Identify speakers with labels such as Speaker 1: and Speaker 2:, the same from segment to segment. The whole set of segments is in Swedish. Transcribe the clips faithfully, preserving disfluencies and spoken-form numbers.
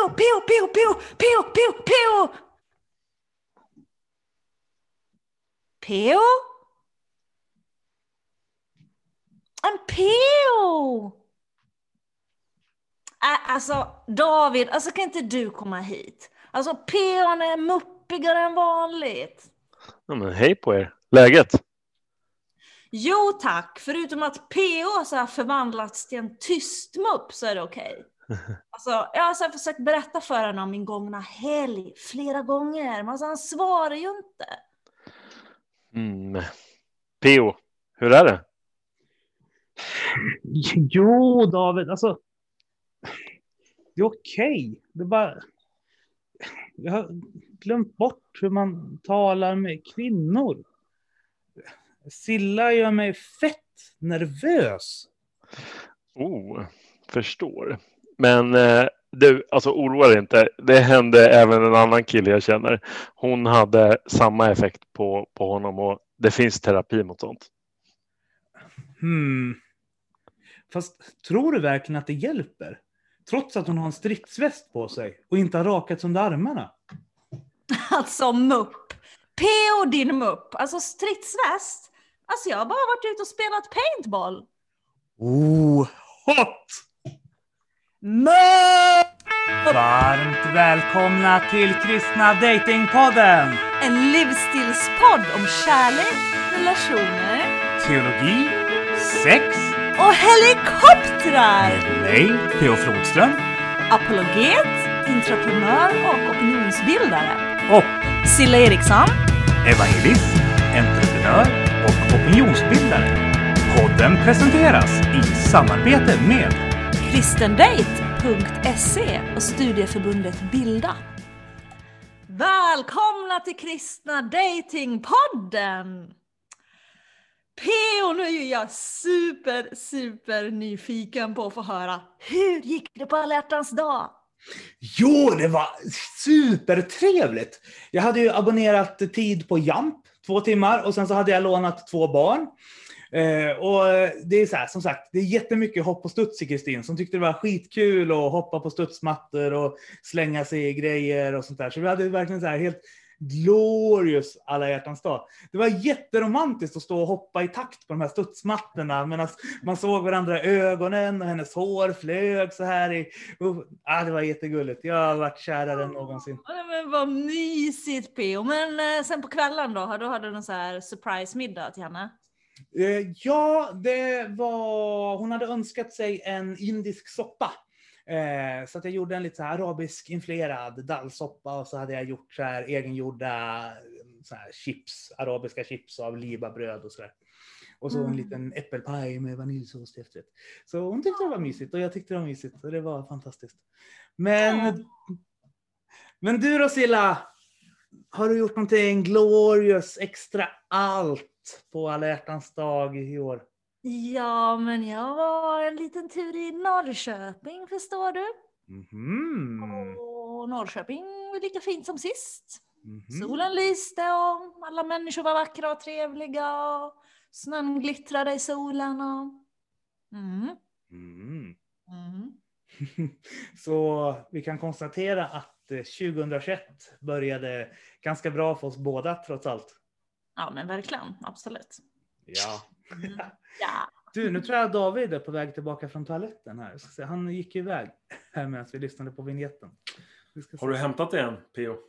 Speaker 1: P O, P O, P O, P O, P O, P O, P O. P O? En P O! Äh, alltså, David, alltså kan inte du komma hit? Alltså, P O:n är muppigare än vanligt.
Speaker 2: Ja, men hej på er. Läget?
Speaker 1: Jo tack, förutom att P O så har förvandlats till en tyst mupp så är det okej. Alltså, jag har så försökt berätta för honom om min gångna helg flera gånger, men alltså, han svarar ju inte.
Speaker 2: Mm. P O, hur är det?
Speaker 3: Jo, David, alltså det är okej. Det är bara jag har glömt bort hur man talar med kvinnor. Silla gör mig fett nervös.
Speaker 2: Oh, förstår. Men eh, du, alltså oroa dig inte. Det hände även en annan kille jag känner. Hon hade samma effekt på, på honom och det finns terapi mot sånt.
Speaker 3: Hmm. Fast tror du verkligen att det hjälper? Trots att hon har en stridsväst på sig och inte har rakats under armarna.
Speaker 1: Alltså mupp. P O din mupp. Alltså stridsväst. Alltså jag har bara varit ute och spelat paintball.
Speaker 3: Oh, hot!
Speaker 1: Mupp!
Speaker 3: Varmt välkomna till Kristna Datingpodden.
Speaker 1: En livsstilspodd om kärlek, relationer,
Speaker 3: Teologi, sex
Speaker 1: och helikoptrar.
Speaker 3: mig, Theo Flodström.
Speaker 1: Apologet, entreprenör och opinionsbildare.
Speaker 3: Och
Speaker 1: Silla Eriksson.
Speaker 3: evangelist, entreprenör och opinionsbildare. Podden presenteras i samarbete med
Speaker 1: kristendate punkt se och studieförbundet Bilda. Välkomna till Kristna Datingpodden! P O, nu är jag super, super nyfiken på att få höra. Hur gick det på alla hjärtans dag?
Speaker 3: Jo, det var supertrevligt. Jag hade ju abonnerat tid på Jump två timmar och sen så hade jag lånat två barn. Eh, och det är så här, som sagt, det är jättemycket hopp och studs i Kristin som tyckte det var skitkul att hoppa på studsmattor och slänga sig i grejer och sånt där. Så vi hade verkligen så här helt glorious alla hjärtans dag. Det var jätteromantiskt att stå och hoppa i takt på de här studsmattorna medan man såg varandra i ögonen och hennes hår flög så här i... Och, ah, det var jättegulligt. Jag har varit kärare än någonsin.
Speaker 1: Ja, men vad mysigt, P O. Men eh, sen på kvällen då, då hade du någon så här surprise-middag till henne?
Speaker 3: Eh, ja, det var... Hon hade önskat sig en indisk soppa. Eh, så att jag gjorde en lite så här arabisk influerad dallsoppa och så hade jag gjort så här egengjorda så här chips, arabiska chips av libabröd och så där. Och så mm. en liten äppelpaj med vaniljsås efteråt. Så hon tyckte det var mysigt och jag tyckte det var mysigt och det var fantastiskt. Men mm. Men du då, Silla, har du gjort någonting glorious, extra allt på alla hjärtans dag i år?
Speaker 1: Ja, men jag var en liten tur i Norrköping, förstår du?
Speaker 3: Mm-hmm.
Speaker 1: Och Norrköping var lika fint som sist.
Speaker 3: Mm-hmm.
Speaker 1: Solen lyste och alla människor var vackra och trevliga. Och snön glittrade i solen. Och... Mm.
Speaker 3: Mm.
Speaker 1: Mm.
Speaker 3: Så vi kan konstatera att tjugohundratjugoett började ganska bra för oss båda trots allt.
Speaker 1: Ja, men verkligen. Absolut.
Speaker 3: Ja.
Speaker 1: Mm. Ja.
Speaker 3: Du, nu tror jag att David är på väg tillbaka från toaletten här. Så se, han gick iväg här medan vi lyssnade på vignetten.
Speaker 4: Har du hämtat det än, P O?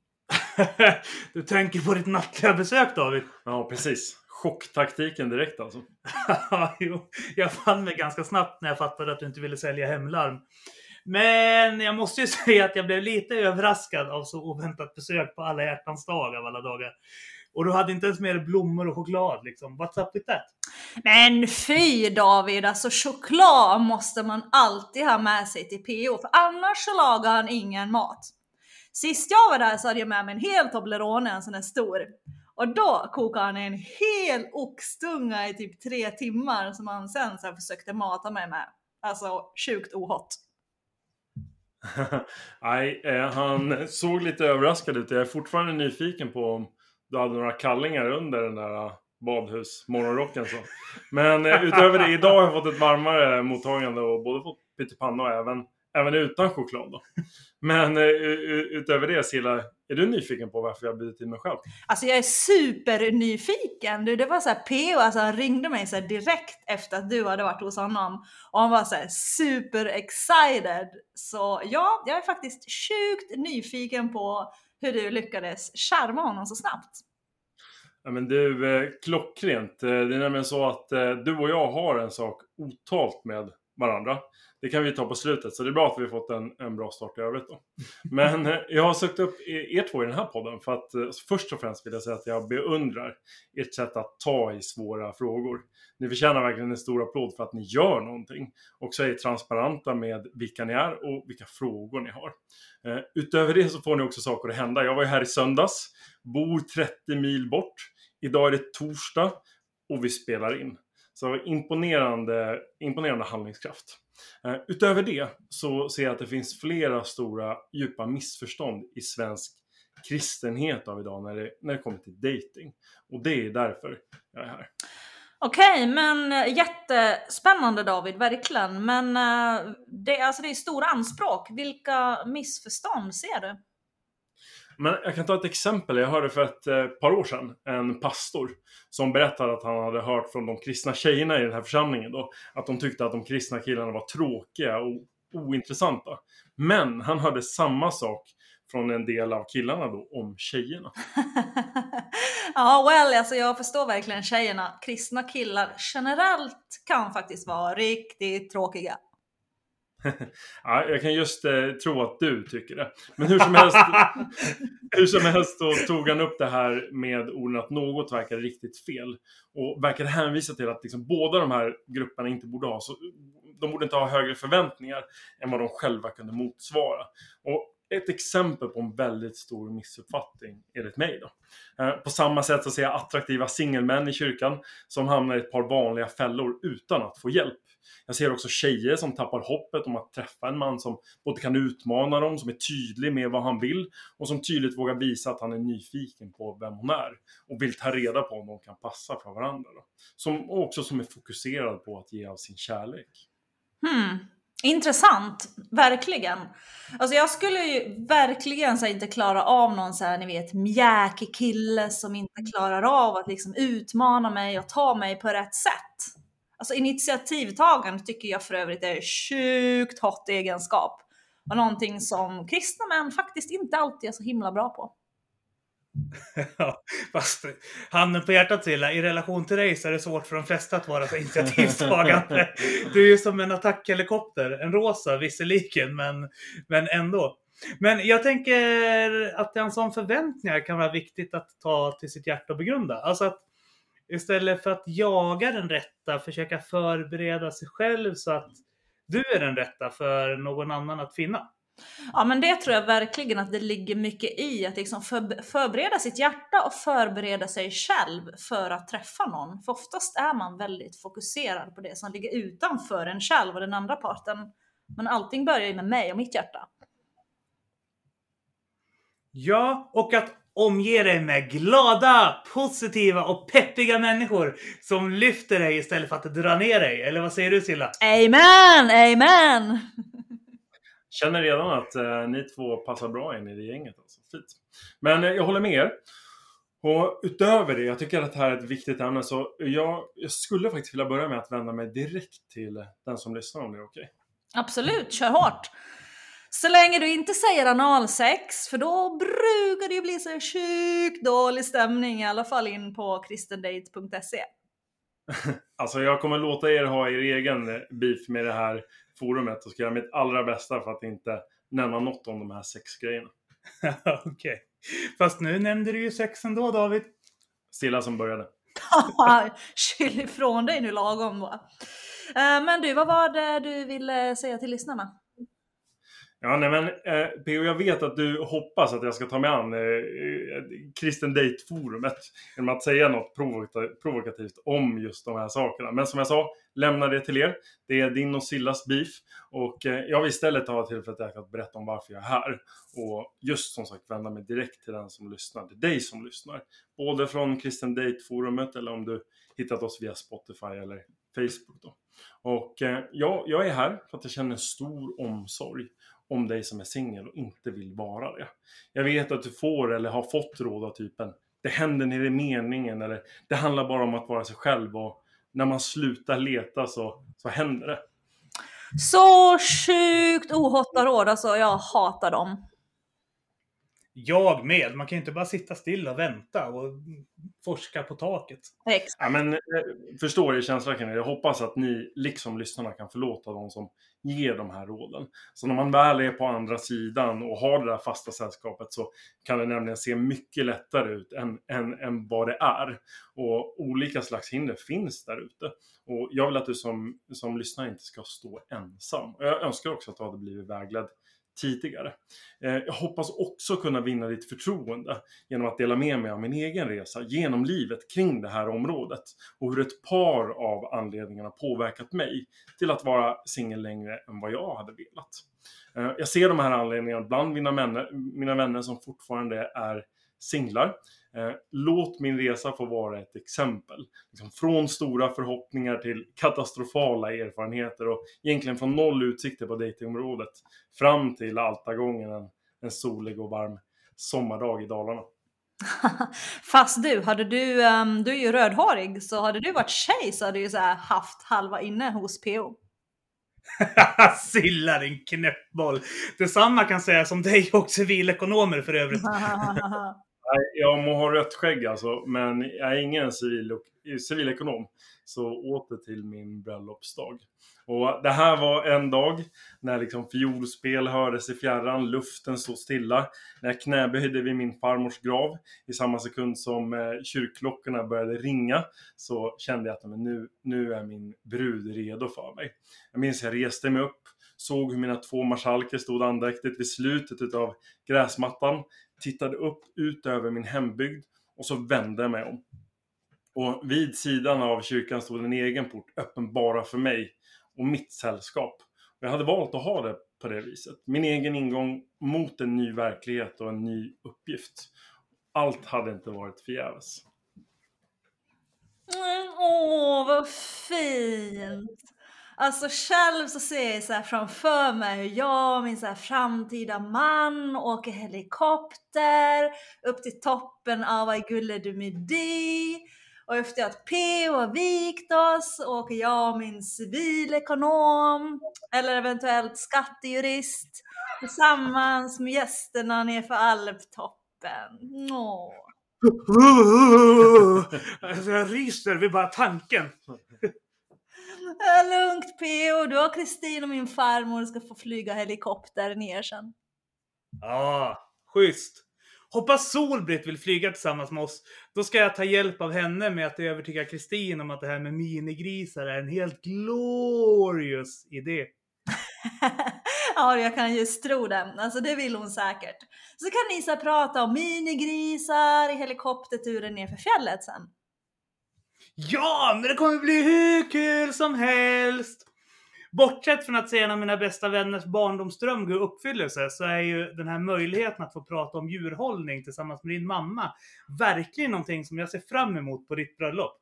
Speaker 3: Du tänker på ditt nattliga besök, David?
Speaker 4: Ja, precis. Chocktaktiken direkt alltså.
Speaker 3: Jo, jag fann mig ganska snabbt när jag fattade att du inte ville sälja hemlarm. Men jag måste ju säga att jag blev lite överraskad av så oväntat besök på alla hjärtans dag av alla dagar. Och du hade inte ens mer blommor och choklad liksom. What's up with that?
Speaker 1: Men fy David, alltså choklad måste man alltid ha med sig till P O. För annars så lagar han ingen mat. Sist jag var där så hade jag med mig en hel Toblerone, en sån här stor. Och då kokade han en hel oxtunga i typ tre timmar som han sen så försökte mata mig med. Alltså sjukt ohott.
Speaker 4: Nej, eh, han såg lite överraskad ut. Jag är fortfarande nyfiken på om du hade några kallingar under den där badhus-morgonrocken. Så. Men eh, utöver det, idag har jag fått ett varmare mottagande och både fått pyttipanna och även, även utan choklad då. Men uh, utöver det, Silla, är du nyfiken på varför jag bjudit in mig själv?
Speaker 1: Alltså jag är supernyfiken. Du, det var så här P O, alltså han ringde mig så här direkt efter att du hade varit hos honom. Och han var så här super excited. Så ja, jag är faktiskt sjukt nyfiken på hur du lyckades charma honom så snabbt.
Speaker 4: Ja, men du, eh, klockrent. Det är nämligen så att eh, du och jag har en sak otalt med varandra. Det kan vi ta på slutet, så det är bra att vi har fått en, en bra start i övrigt då. Men eh, jag har sökt upp er, er två i den här podden för att eh, först och främst vill jag säga att jag beundrar ert sätt att ta i svåra frågor. Ni förtjänar verkligen en stor applåd för att ni gör någonting. Och så är transparenta med vilka ni är och vilka frågor ni har. Eh, utöver det så får ni också saker att hända. Jag var ju här i söndags, bor trettio mil bort. Idag är det torsdag och vi spelar in. Så imponerande, imponerande handlingskraft. Uh, utöver det så ser jag att det finns flera stora djupa missförstånd i svensk kristenhet av idag när det, när det kommer till dating. Och det är därför jag är här.
Speaker 1: Okej, men jättespännande David, verkligen. Men uh, det, alltså det är stora anspråk. Vilka missförstånd ser du?
Speaker 4: Men jag kan ta ett exempel. Jag hörde för ett eh, par år sedan en pastor som berättade att han hade hört från de kristna tjejerna i den här församlingen då, att de tyckte att de kristna killarna var tråkiga och ointressanta. Men han hörde samma sak från en del av killarna då om tjejerna.
Speaker 1: Ja, well, alltså jag förstår verkligen tjejerna. Kristna killar generellt kan faktiskt vara riktigt tråkiga.
Speaker 4: Ja, jag kan just eh, tro att du tycker det. Men hur som helst, hur som helst då tog han upp det här med orden att något verkar riktigt fel. Och verkar hänvisa till att liksom båda de här grupperna inte borde ha, så de borde inte ha högre förväntningar än vad de själva kunde motsvara. Och ett exempel på en väldigt stor missuppfattning enligt mig då. Eh, på samma sätt så ser jag attraktiva singelmän i kyrkan som hamnar i ett par vanliga fällor utan att få hjälp. Jag ser också tjejer som tappar hoppet om att träffa en man som både kan utmana dem, som är tydlig med vad han vill och som tydligt vågar visa att han är nyfiken på vem hon är och vill ta reda på om de kan passa för varandra då. Som också som är fokuserad på att ge av sin kärlek.
Speaker 1: Hmm. Intressant, verkligen. Alltså jag skulle ju verkligen så här, inte klara av någon så här, ni vet, mjäkig kille som inte klarar av att liksom utmana mig och ta mig på rätt sätt. Alltså initiativtagande tycker jag för övrigt är sjukt hot egenskap. Och någonting som kristna män faktiskt inte alltid är så himla bra på.
Speaker 3: Ja, fast handen på hjärtat Silla, i relation till dig så är det svårt för de flesta att vara så initiativtagande. Du är ju som en attackhelikopter, en rosa visserligen, men, men ändå. Men jag tänker att en sån förväntningar kan vara viktigt att ta till sitt hjärta och begrunda. Alltså att istället för att jaga den rätta, försöka förbereda sig själv så att du är den rätta för någon annan att finna.
Speaker 1: Ja, men det tror jag verkligen att det ligger mycket i att liksom för, förbereda sitt hjärta och förbereda sig själv för att träffa någon. För oftast är man väldigt fokuserad på det som ligger utanför en själv och den andra parten. Men allting börjar ju med mig och mitt hjärta.
Speaker 3: Ja, och att omge dig med glada, positiva och peppiga människor som lyfter dig istället för att dra ner dig. Eller vad säger du Silla?
Speaker 1: Amen, amen!
Speaker 4: Känner redan att eh, ni två passar bra in i det gänget. Alltså. Fint. Men eh, jag håller med er. Och utöver det, jag tycker att det här är ett viktigt ämne. Så jag, jag skulle faktiskt vilja börja med att vända mig direkt till den som lyssnar om det är okej.
Speaker 1: Absolut, kör hårt. Så länge du inte säger analsex, för då brukar det ju bli så sjukt dålig stämning, i alla fall in på kristendate punkt se.
Speaker 4: Alltså jag kommer låta er ha er egen beef med det här forumet och ska göra mitt allra bästa för att inte nämna något om de här sexgrejerna.
Speaker 3: Okej. Okay. Fast nu nämnde du ju sex ändå, David.
Speaker 4: Stilla som började.
Speaker 1: Skyll ifrån dig nu lagom va. Men du, vad var det du ville säga till lyssnarna?
Speaker 4: Ja, nej men eh, P O, jag vet att du hoppas att jag ska ta mig an eh, Kristen Date-forumet genom att säga något provokativt, provokativt om just de här sakerna. Men som jag sa, lämna det till er. Det är din och Sillas beef. Och eh, jag vill istället ha tillfället att berätta om varför jag är här. Och just som sagt vända mig direkt till den som lyssnar. Till dig som lyssnar. Både från Kristen Date-forumet eller om du hittat oss via Spotify eller Facebook då. Och eh, jag, jag är här för att jag känner stor omsorg om dig som är singel och inte vill vara det. Jag vet att du får eller har fått råd av typen det händer nere i meningen eller det handlar bara om att vara sig själv och när man slutar leta så, så händer det.
Speaker 1: Så sjukt ohotta råd, alltså jag hatar dem.
Speaker 3: Jag med. Man kan ju inte bara sitta still och vänta och forska på taket.
Speaker 1: Exakt.
Speaker 4: Ja, men eh, förstår er känsla kan jag. Jag hoppas att ni liksom lyssnarna kan förlåta de som ger de här råden. Så när man väl är på andra sidan och har det där fasta sällskapet så kan det nämligen se mycket lättare ut än, än, än vad det är. Och olika slags hinder finns där ute. Och jag vill att du som, som lyssnar inte ska stå ensam. Och jag önskar också att du hade blivit vägledd tidigare. Jag hoppas också kunna vinna ditt förtroende genom att dela med mig av min egen resa genom livet kring det här området och hur ett par av anledningarna påverkat mig till att vara singel längre än vad jag hade velat. Jag ser de här anledningarna bland mina vänner, mina vänner som fortfarande är singlar. Låt min resa få vara ett exempel. Liksom från stora förhoppningar till katastrofala erfarenheter och egentligen från noll utsikter på datingområdet fram till alta gången en, en solig och varm sommardag i Dalarna.
Speaker 1: Fast du, hade du, um, du är ju rödhårig, så hade du varit tjej så hade du ju så här haft halva inne hos P O.
Speaker 3: Silla din knäppboll. Detsamma kan sägas om dig och civilekonomer för övrigt.
Speaker 4: Jag må ha rött skägg alltså, men jag är ingen civil, civilekonom. Så åter till min bröllopsdag. Och det här var en dag när liksom fiolspel hördes i fjärran, luften stod stilla. När jag knäböjde vid min farmors grav i samma sekund som eh, kyrkklockorna började ringa så kände jag att men nu, nu är min brud redo för mig. Jag minns jag reste mig upp, såg hur mina två marskalker stod andäktigt vid slutet av gräsmattan, tittade upp ut över min hembygd och så vände jag mig om. Och vid sidan av kyrkan stod en egen port öppen bara för mig och mitt sällskap. Och jag hade valt att ha det på det viset. Min egen ingång mot en ny verklighet och en ny uppgift. Allt hade inte varit förgäves.
Speaker 1: Mm, åh, vad fint! Alltså själv så ser jag så här framför mig hur jag och min så här framtida man åker helikopter upp till toppen av Aiguille-du-Midi. Och efter att P O har vikt oss åker jag och min civilekonom eller eventuellt skattejurist tillsammans med gästerna nerför Alptoppen. Åh.
Speaker 3: Alltså jag ryser vid bara tanken.
Speaker 1: Lugnt P O, du och Kristin och min farmor ska få flyga helikopter ner sen.
Speaker 3: Ja, schysst. Hoppas Solbritt vill flyga tillsammans med oss. Då ska jag ta hjälp av henne med att övertyga Kristin om att det här med minigrisar är en helt glorious idé.
Speaker 1: Ja, jag kan just tro det. Alltså det vill hon säkert. Så kan ni så prata om minigrisar i helikopterturen ner för fjället sen.
Speaker 3: Ja, men det kommer bli hur kul som helst. Bortsett från att se en av mina bästa vänners barndomsdröm gå i uppfyllelse så är ju den här möjligheten att få prata om djurhållning tillsammans med din mamma verkligen någonting som jag ser fram emot på ditt bröllop.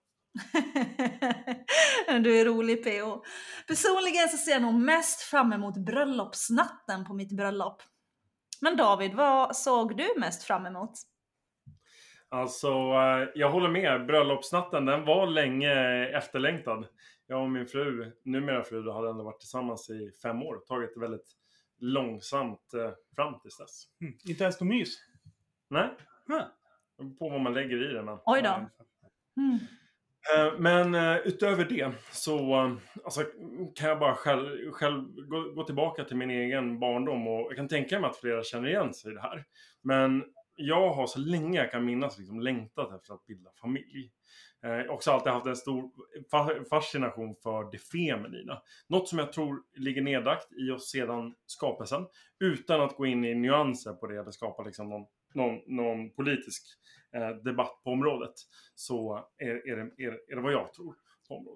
Speaker 1: Du är rolig P O. Personligen så ser jag nog mest fram emot bröllopsnatten på mitt bröllop. Men David, vad såg du mest fram emot?
Speaker 4: Alltså, jag håller med. Bröllopsnatten, den var länge efterlängtad. Jag och min fru, numera fru, hade ändå varit tillsammans i fem år. Tagit det väldigt långsamt eh, fram tills dess.
Speaker 3: Mm, inte ens någon mys?
Speaker 4: Nej.
Speaker 3: Mm.
Speaker 4: På vad man lägger i den. Men,
Speaker 1: Oj då. Mm.
Speaker 4: Men utöver det så alltså, kan jag bara själv, själv gå, gå tillbaka till min egen barndom. Och jag kan tänka mig att flera känner igen sig i det här. Men jag har så länge jag kan minnas liksom längtat efter att bilda familj. Jag har också alltid haft en stor fascination för det feminina. Något som jag tror ligger nedlagt i oss sedan skapelsen. Utan att gå in i nyanser på det eller skapa liksom någon, någon, någon politisk eh, debatt på området. Så är, är, det, är, är det vad jag tror på området.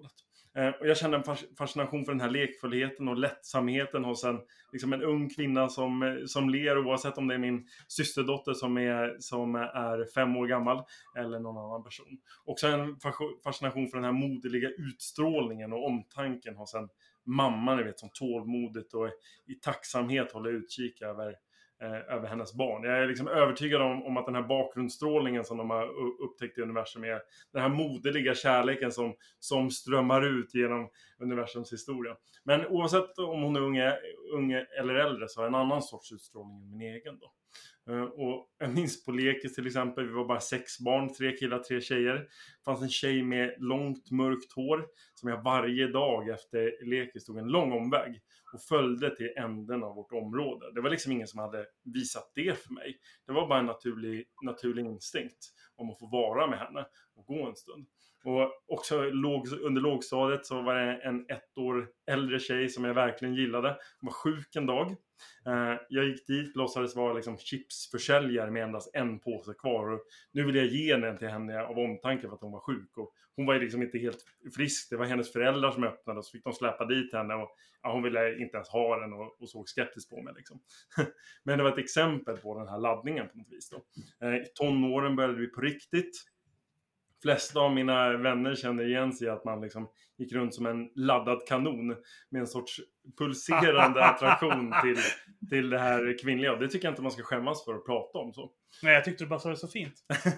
Speaker 4: Eh, och jag kände en fas- fascination för den här lekfullheten och lättsamheten hos en, liksom en ung kvinna som, som ler, oavsett om det är min systerdotter som är, som är fem år gammal eller någon annan person. Också en fas- fascination för den här modeliga utstrålningen och omtanken hos en mamma, ni vet, som tålmodigt och i tacksamhet håller utkik över Eh, över hennes barn. Jag är liksom övertygad om, om att den här bakgrundsstrålningen som de har upptäckt i universum är den här moderliga kärleken som, som strömmar ut genom universums historia. Men oavsett om hon är unge, unge eller äldre så är en annan sorts utstrålning än min egen då. Uh, och jag minns på lekis till exempel, vi var bara sex barn, tre killar, tre tjejer. Det fanns en tjej med långt mörkt hår som jag varje dag efter lekis tog en lång omväg och följde till änden av vårt område. Det var liksom ingen som hade visat det för mig. Det var bara en naturlig, naturlig instinkt om att få vara med henne och gå en stund. Och också låg, under lågstadiet så var det en ett år äldre tjej som jag verkligen gillade. Hon var sjuk en dag. Uh, jag gick dit, låtsades vara liksom chipsförsäljare med endast en påse kvar. Och nu vill jag ge den till henne av omtanke för att hon var sjuk. Och hon var ju liksom inte helt frisk. Det var hennes föräldrar som öppnade och så fick de släppa dit henne. Och ja, hon ville inte ens ha den och, och såg skeptiskt på mig. Liksom. Men det var ett exempel på den här laddningen på något vis. Då. Uh, I tonåren började vi på riktigt. Flesta av mina vänner kände igen sig att man liksom gick runt som en laddad kanon med en sorts pulserande attraktion till, till det här kvinnliga. Det tycker jag inte man ska skämmas för att prata om så.
Speaker 3: Nej, jag tyckte du bara sa det så fint.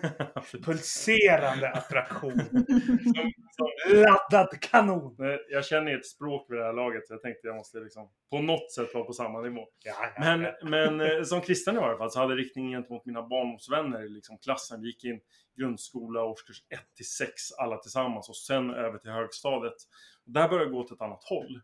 Speaker 3: Pulserande attraktion. Som, som laddad kanon.
Speaker 4: Jag känner ett språk vid det här laget så jag tänkte jag måste liksom på något sätt vara på samma nivå.
Speaker 3: Ja, ja,
Speaker 4: men,
Speaker 3: ja.
Speaker 4: men som kristen i alla fall så hade riktningen gentemot mina barndomsvänner i liksom klassen. Vi gick in grundskola, årskurs ett till sex alla tillsammans och sen över till högstadiet. Där började jag gå till ett annat håll.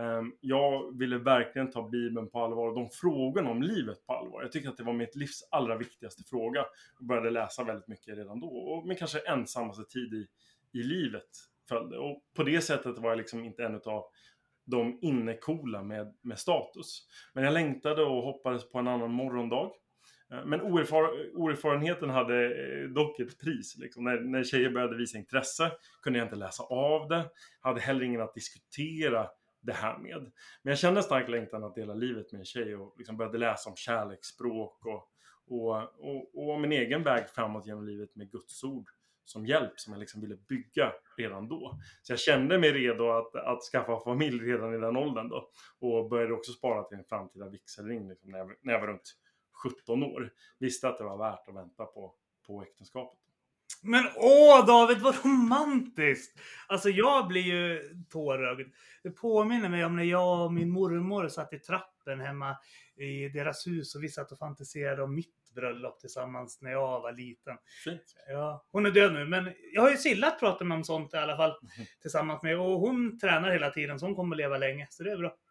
Speaker 4: Jag ville verkligen ta Bibeln på allvar och de frågorna om livet på allvar. Jag tycker att det var mitt livs allra viktigaste fråga. Jag började läsa väldigt mycket redan då. Och min kanske ensammaste tid i, i livet följde. Och på det sättet var jag liksom inte en av de innekola med, med status. Men jag längtade och hoppades på en annan morgondag. Men oerfar- oerfarenheten hade dock ett pris. Liksom. När, när tjejer började visa intresse kunde jag inte läsa av det. Hade heller ingen att diskutera det här med. Men jag kände stark längtan att dela livet med en tjej och liksom började läsa om kärleksspråk och, och, och, och om min egen väg framåt genom livet med Guds ord som hjälp som jag liksom ville bygga redan då. Så jag kände mig redo att, att skaffa familj redan i den åldern då. Och började också spara till en framtida vigselring liksom, när, jag, när jag var runt sjutton år. Visste att det var värt att vänta på, på äktenskapet.
Speaker 3: Men åh David, vad romantiskt! Alltså jag blir ju tårögd. Det påminner mig om när jag och min mormor satt i trappen hemma i deras hus och vi satt och fantiserade om mitt bröllop tillsammans när jag var liten.
Speaker 4: Fint.
Speaker 3: Ja, hon är död nu, men jag har ju Silla att prata med om sånt i alla fall
Speaker 4: Mm.
Speaker 3: tillsammans med. Och hon tränar hela tiden så hon kommer att leva länge, så det är bra.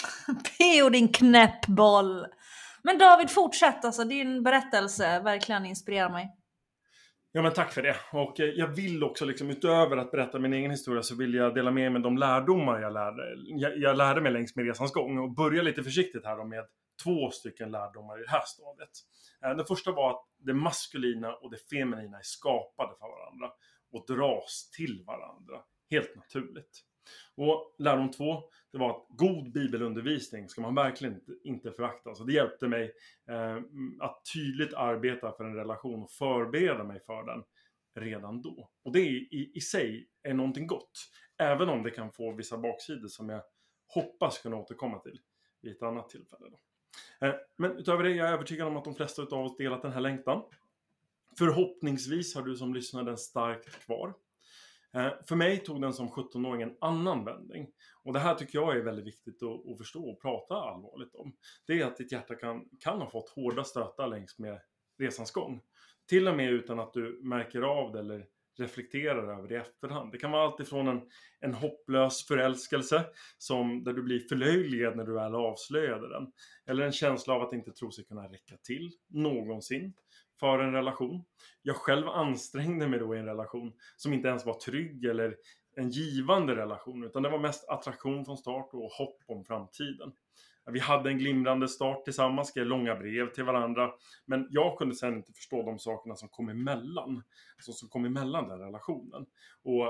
Speaker 1: P O din knäppboll! Men David, fortsätt alltså, din berättelse verkligen inspirerar mig.
Speaker 4: Ja, men tack för det. Och eh, jag vill också liksom, utöver att berätta min egen historia så vill jag dela med mig de lärdomar jag lärde, jag, jag lärde mig längs med resans gång. Och börja lite försiktigt här då med två stycken lärdomar i det här stadiet. Eh, den första var att det maskulina och det feminina är skapade för varandra och dras till varandra. Helt naturligt. Och lärdom två, det var att god bibelundervisning ska man verkligen inte, inte förakta. Så det hjälpte mig eh, att tydligt arbeta för en relation och förbereda mig för den redan då. Och det i, i sig är någonting gott. Även om det kan få vissa baksidor som jag hoppas kunna återkomma till vid ett annat tillfälle. Då. Eh, men utöver det är jag övertygad om att de flesta av oss delat den här längtan. Förhoppningsvis har du som lyssnar den starkt kvar. För mig tog den som sjuttonåring en annan vändning. Och det här tycker jag är väldigt viktigt att, att förstå och prata allvarligt om. Det är att ditt hjärta kan, kan ha fått hårda stötar längs med resans gång. Till och med utan att du märker av det eller reflekterar över det i efterhand. Det kan vara allt ifrån en, en hopplös förälskelse som, där du blir förlöjligad när du väl avslöjade den. Eller en känsla av att inte tro sig kunna räcka till någonsin för en relation. Jag själv ansträngde mig då i en relation som inte ens var trygg eller en givande relation, utan det var mest attraktion från start och hopp om framtiden. Vi hade en glimrande start tillsammans, skrev långa brev till varandra, men jag kunde sedan inte förstå de sakerna som kom emellan, alltså som kom emellan den relationen. Och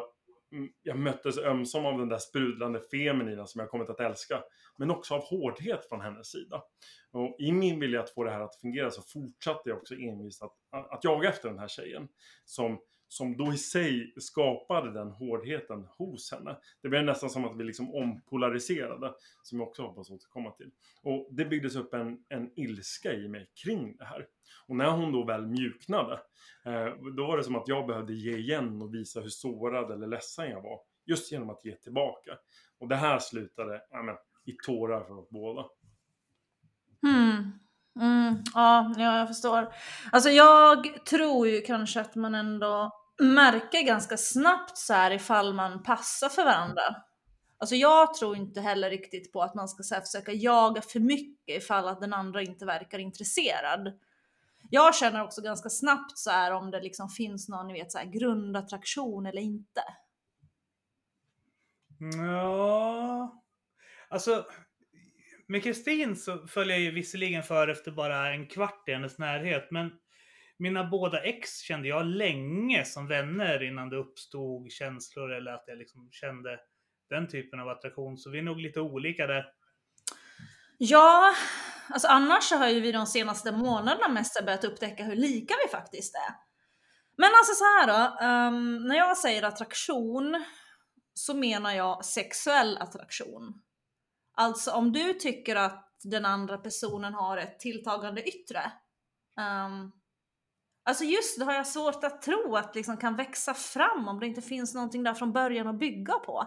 Speaker 4: jag möttes ömsom av den där sprudlande feminina som jag kommit att älska. Men också av hårdhet från hennes sida. Och i min vilja att få det här att fungera så fortsatte jag också envist att, att jaga efter den här tjejen. Som, som då i sig skapade den hårdheten hos henne. Det blev nästan som att vi liksom ompolariserade. Som jag också hoppas återkomma till. Och det byggdes upp en, en ilska i mig kring det här. Och när hon då väl mjuknade, eh, då var det som att jag behövde ge igen och visa hur sårad eller ledsen jag var. Just genom att ge tillbaka. Och det här slutade ja, men, i tårar för oss båda.
Speaker 1: Hmm. Mm, ja, ja, jag förstår. Alltså jag tror ju kanske att man ändå märker ganska snabbt så här ifall man passar för varandra. Alltså jag tror inte heller riktigt på att man ska så här, försöka jaga för mycket ifall att den andra inte verkar intresserad. Jag känner också ganska snabbt så här om det liksom finns någon, ni vet, så här grundattraktion eller inte.
Speaker 3: Ja, alltså med Kristin så följer jag ju visserligen för efter bara en kvart i hennes närhet, men mina båda ex kände jag länge som vänner innan det uppstod känslor eller att jag liksom kände den typen av attraktion, så vi är nog lite olika där.
Speaker 1: Ja, alltså annars så har ju vi de senaste månaderna mest börjat upptäcka hur lika vi faktiskt är. Men alltså så här då, um, när jag säger attraktion så menar jag sexuell attraktion. Alltså om du tycker att den andra personen har ett tilltagande yttre. Um, alltså just det har jag svårt att tro att liksom kan växa fram om det inte finns någonting där från början att bygga på.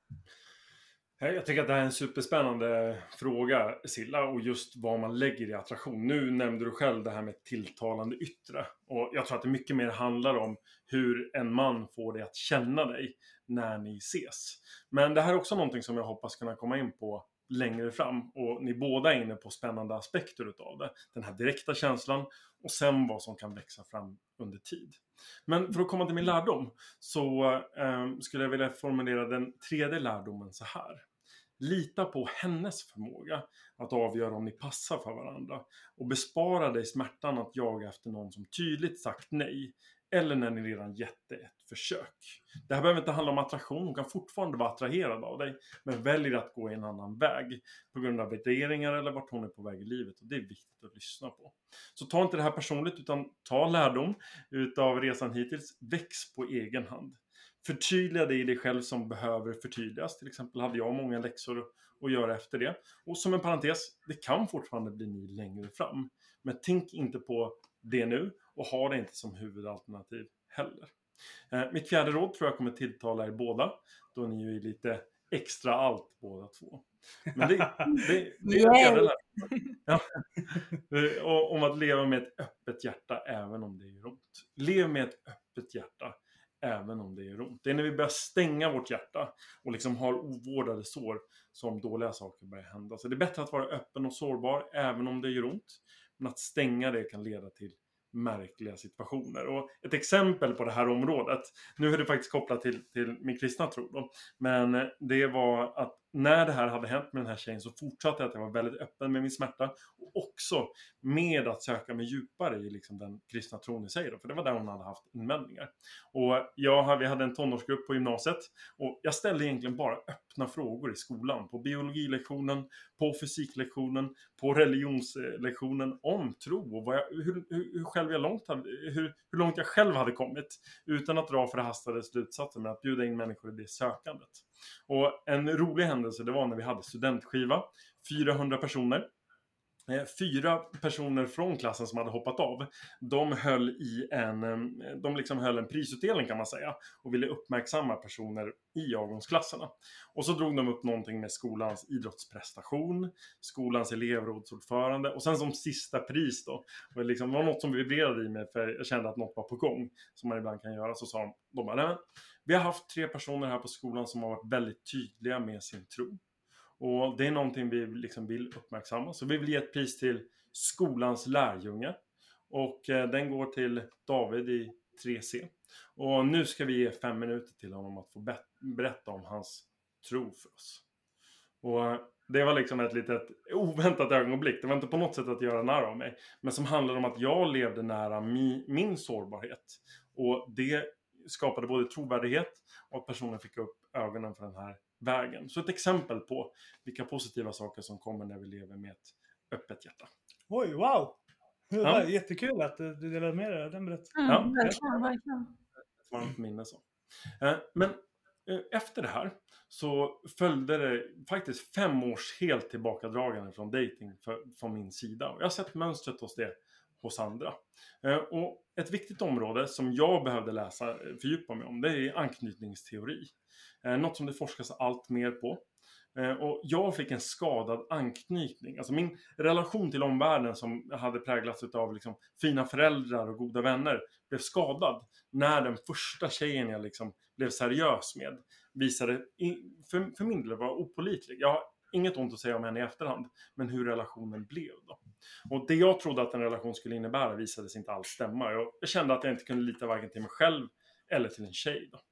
Speaker 4: Jag tycker att det här är en superspännande fråga, Silla, och just vad man lägger i attraktion. Nu nämnde du själv det här med tilltalande yttre. Och jag tror att det mycket mer handlar om hur en man får dig att känna dig när ni ses. Men det här är också någonting som jag hoppas kunna komma in på längre fram. Och ni båda är inne på spännande aspekter utav det. Den här direkta känslan och sen vad som kan växa fram under tid. Men för att komma till min lärdom så eh, skulle jag vilja formulera den tredje lärdomen så här. Lita på hennes förmåga att avgöra om ni passar för varandra. Och bespara dig smärtan att jaga efter någon som tydligt sagt nej. Eller när ni redan gett ett försök. Det här behöver inte handla om attraktion. Hon kan fortfarande vara attraherad av dig. Men väljer att gå en annan väg. På grund av värderingar eller vart hon är på väg i livet. Och det är viktigt att lyssna på. Så ta inte det här personligt utan ta lärdom utav resan hittills. Väx på egen hand. Förtydliga det i dig själv som behöver förtydligas. Till exempel hade jag många läxor att göra efter det. Och som en parentes, det kan fortfarande bli ni längre fram. Men tänk inte på det nu och ha det inte som huvudalternativ heller. Eh, mitt fjärde råd tror jag kommer tilltala er båda. Då ni ju är lite extra allt båda två. Men det, det, det är fjärde lärdom. Ja. Och om att leva med ett öppet hjärta även om det är ont. Lev med ett öppet hjärta. Även om det är ont. Det är när vi börjar stänga vårt hjärta och liksom har ovårdade sår som dåliga saker börjar hända. Så det är bättre att vara öppen och sårbar även om det gör ont. Men att stänga det kan leda till märkliga situationer. Och ett exempel på det här området, nu är det faktiskt kopplat till, till min kristna tro då, men det var att när det här hade hänt med den här tjejen så fortsatte jag att jag var väldigt öppen med min smärta och också med att söka mig djupare i liksom den kristna tron i sig då, för det var där hon hade haft invändningar. Och jag, vi hade en tonårsgrupp på gymnasiet och jag ställde egentligen bara öppna frågor i skolan, på biologilektionen, på fysiklektionen, på religionslektionen om tro och vad jag, hur, hur, hur, själv jag långt hade, hur, hur långt jag själv hade kommit utan att dra förhastade slutsatser med att bjuda in människor i det sökandet. Och en rolig händelse det var när vi hade studentskiva, fyrahundra personer. Fyra personer från klassen som hade hoppat av, de höll i en, de liksom höll en prisutdelning kan man säga och ville uppmärksamma personer i avgångsklasserna. Och så drog de upp någonting med skolans idrottsprestation, skolans elevrådsordförande och sen som sista pris då, och liksom, det var något som vibrerade i mig för jag kände att något var på gång som man ibland kan göra, så sa de, de bara, nej, vi har haft tre personer här på skolan som har varit väldigt tydliga med sin tro. Och det är någonting vi liksom vill uppmärksamma. Så vi vill ge ett pris till skolans lärjunge. Och eh, den går till David i tre C. Och nu ska vi ge fem minuter till honom att få berätta om hans tro för oss. Och det var liksom ett litet oväntat ögonblick. Det var inte på något sätt att göra narr av mig. Men som handlade om att jag levde nära mi, min sårbarhet. Och det skapade både trovärdighet och att personen fick upp ögonen för den här vägen. Så ett exempel på vilka positiva saker som kommer när vi lever med ett öppet hjärta.
Speaker 3: Oj, wow! Det var
Speaker 4: Ja.
Speaker 3: jättekul att du delade med dig av den berättelsen.
Speaker 1: Mm,
Speaker 4: Ja.
Speaker 1: verkligen, verkligen.
Speaker 4: Ett varmt minne så. Eh, Men eh, efter det här så följde det faktiskt fem års helt tillbakadragande från dating för, från min sida. Och jag har sett mönstret hos det hos andra. Eh, Och ett viktigt område som jag behövde läsa, fördjupa mig om, det är anknytningsteori. Eh, Något som det forskas allt mer på. Eh, Och jag fick en skadad anknytning. Alltså min relation till omvärlden som hade präglats av liksom fina föräldrar och goda vänner blev skadad när den första tjejen jag liksom blev seriös med visade, för, för min del var opålitlig. Jag har inget ont att säga om henne i efterhand, men hur relationen blev då. Och det jag trodde att en relation skulle innebära visade sig inte alls stämma. Jag, jag kände att jag inte kunde lita varken till mig själv eller till en tjej då.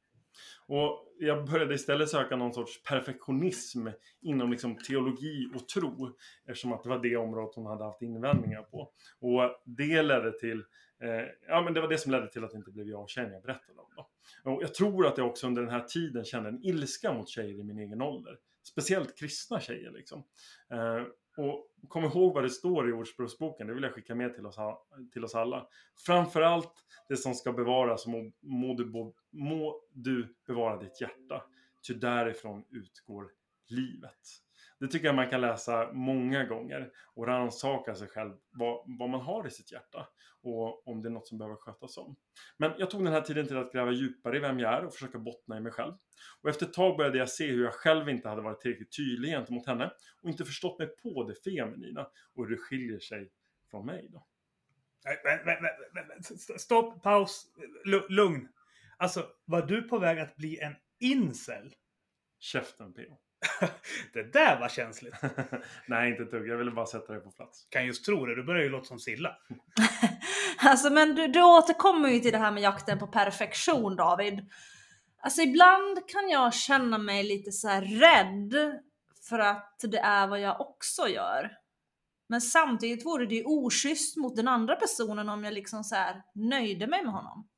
Speaker 4: Och jag började istället söka någon sorts perfektionism inom liksom teologi och tro, eftersom att det var det området hon hade haft invändningar på. Och det ledde till, eh, ja men det var det som ledde till att det inte blev jag och tjejen jag berättade om då. Och jag tror att jag också under den här tiden kände en ilska mot tjejer i min egen ålder. Speciellt kristna tjejer liksom. Eh, och kom ihåg vad det står i Ordspråksboken, det vill jag skicka med till oss, till oss alla. Framförallt det som ska bevaras, må, må, du, må du bevara ditt hjärta. Ty därifrån utgår livet. Det tycker jag man kan läsa många gånger och rannsaka sig själv vad, vad man har i sitt hjärta och om det är något som behöver skötas om. Men jag tog den här tiden till att gräva djupare i vem jag är och försöka bottna i mig själv. Och efter ett tag började jag se hur jag själv inte hade varit tillräckligt tydlig gentemot henne och inte förstått mig på det feminina och hur det skiljer sig från mig då.
Speaker 3: Nej, men, men, men, men, stopp, paus, L- lugn. Alltså, var du på väg att bli en incel?
Speaker 4: Käften P O.
Speaker 3: Det där var känsligt.
Speaker 4: Nej, inte ett dugg. Jag ville bara sätta dig på plats.
Speaker 3: Kan just tro det, du börjar ju låta som Silla.
Speaker 1: Alltså men du, du återkommer ju till det här med jakten på perfektion, David. Alltså ibland kan jag känna mig lite så här rädd för att det är vad jag också gör. Men samtidigt vore det ju oschysst mot den andra personen om jag liksom så här nöjde mig med honom.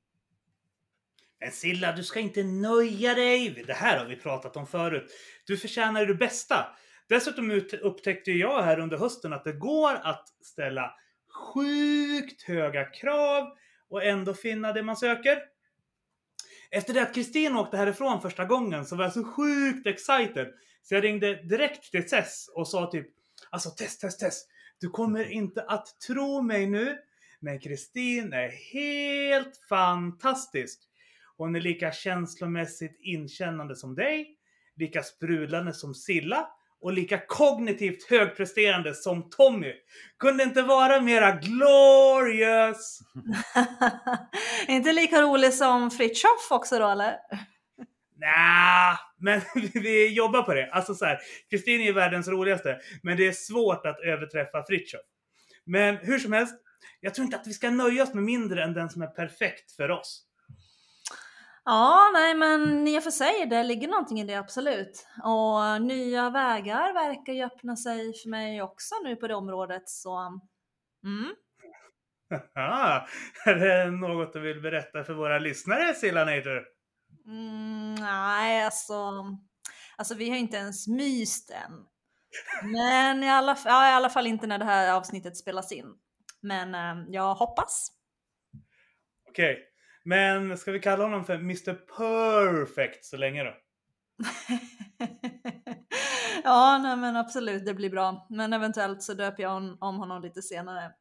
Speaker 3: Men Silla, du ska inte nöja dig. Det här har vi pratat om förut. Du förtjänar det bästa. Dessutom upptäckte jag här under hösten att det går att ställa sjukt höga krav och ändå finna det man söker. Efter det att Kristin åkte härifrån första gången så var jag så sjukt excited. Så jag ringde direkt till Tess och sa typ, alltså Tess, Tess, Tess. Du kommer inte att tro mig nu, men Kristin är helt fantastisk. Hon är lika känslomässigt inkännande som dig, lika sprudlande som Silla och lika kognitivt högpresterande som Tommy. Kunde inte vara mera glorious.
Speaker 1: Inte lika rolig som Fritjof också då, eller?
Speaker 3: Nej, men vi jobbar på det. Alltså så här, Kristin är världens roligaste, men det är svårt att överträffa Fritjof. Men hur som helst, jag tror inte att vi ska nöja oss med mindre än den som är perfekt för oss.
Speaker 1: Ja, nej men i och för sig, det ligger någonting i det absolut. Och nya vägar verkar ju öppna sig för mig också nu på det området, så mm.
Speaker 3: Ah, är det något du vill berätta för våra lyssnare, Silla Nader?
Speaker 1: Mm, nej, alltså, alltså vi har inte ens myst än. Men i alla, ja, i alla fall inte när det här avsnittet spelas in. Men eh, jag hoppas.
Speaker 3: Okej, okay. Men ska vi kalla honom för mister Perfect så länge då?
Speaker 1: Ja, nej, men absolut, det blir bra. Men eventuellt så döper jag om, om honom lite senare.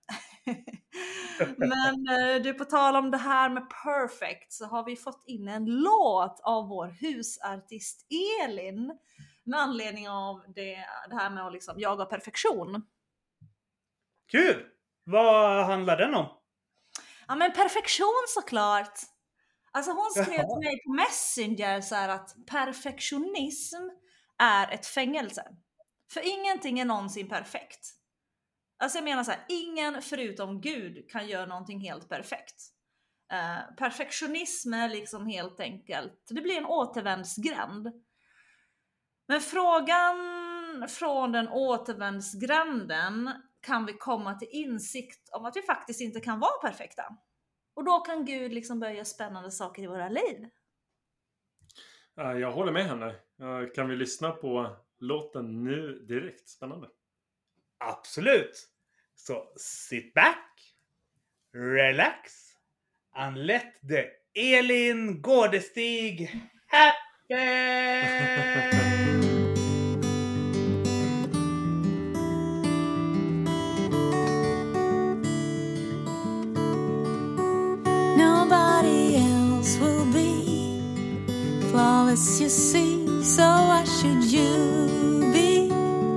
Speaker 1: Men eh, du, på tal om det här med perfect, så har vi fått in en låt av vår husartist Elin med anledning av det, det här med att liksom jaga perfektion.
Speaker 3: Kul! Vad handlar den om?
Speaker 1: Ja, men perfektion såklart. Alltså hon skrev till mig på Messenger så här att perfektionism är ett fängelse. För ingenting är någonsin perfekt. Alltså jag menar så här, ingen förutom Gud kan göra någonting helt perfekt. Uh, perfektionism är liksom helt enkelt, det blir en återvändsgränd. Men frågan från den återvändsgränden, kan vi komma till insikt om att vi faktiskt inte kan vara perfekta? Och då kan Gud liksom börja göra spännande saker i våra liv.
Speaker 4: Jag håller med henne. Kan vi lyssna på låten nu direkt? Spännande.
Speaker 3: Absolut. Så sit back, relax, and let the Elin Gårdestig happen.
Speaker 5: Nobody else will be flawless, you see, so why should you be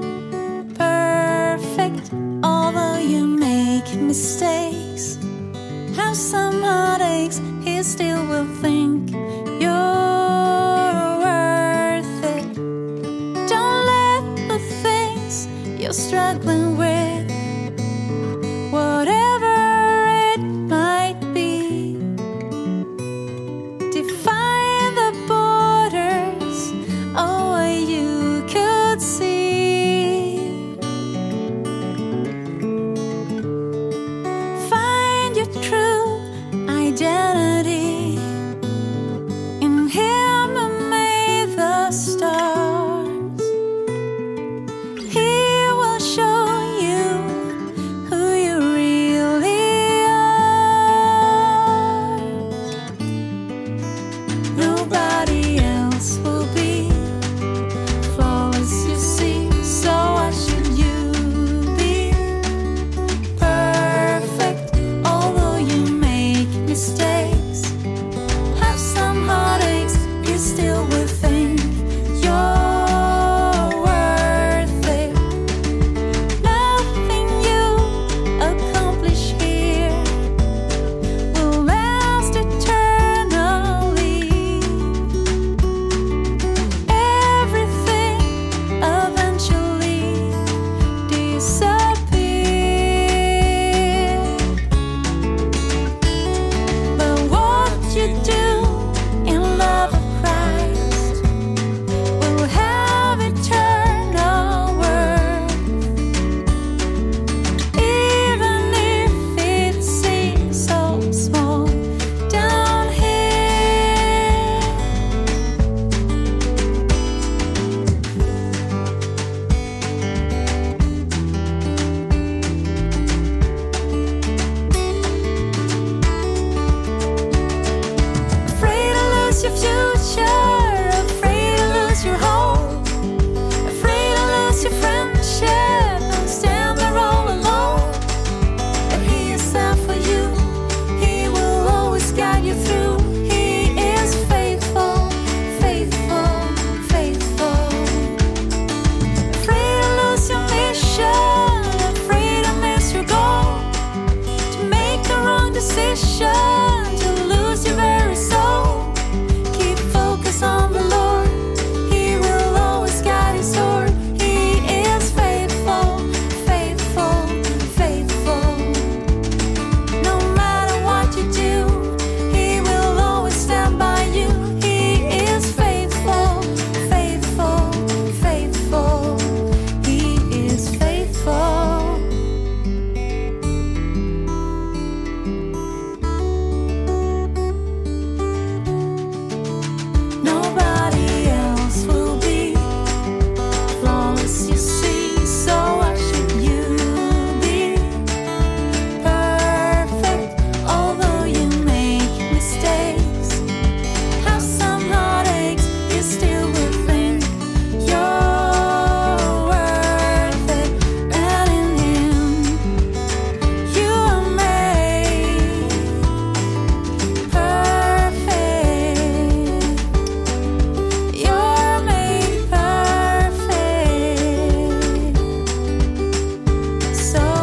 Speaker 5: perfect? Although you make mistakes, have some heartaches, he still will think you're worth it. Don't let the things you're struggling with, whatever it might be, define the borders of what you could see. Find your true identity in him who made the stars. He will show you who you really are. Nobody else will be flawless, you see, so why should you be perfect? Although you make mistakes, have some heartaches, you still will think you're worth it. Nothing you accomplish here will last eternally. Everything eventually disappears. But what you do in love of Christ will have eternal worth, even if it seems so small down here. Afraid to lose your future, afraid to lose your hope, afraid to lose your friendship and stand there all alone. But he is there for you, he will always guide you through. He is faithful, faithful, faithful. Afraid to lose your mission, afraid to miss your goal, to make the wrong decision, to lose your very soul. Keep focus on the Lord, he will always guide his sword. He is faithful, faithful, faithful. No matter what you do, he will always stand by you. He is faithful, faithful, faithful. He is faithful. Nobody else will be flawless, you see, so why should you be perfect? Although you make mistakes, have some heartaches, you still will think you're worth it. And in him you are made perfect. You're made perfect, so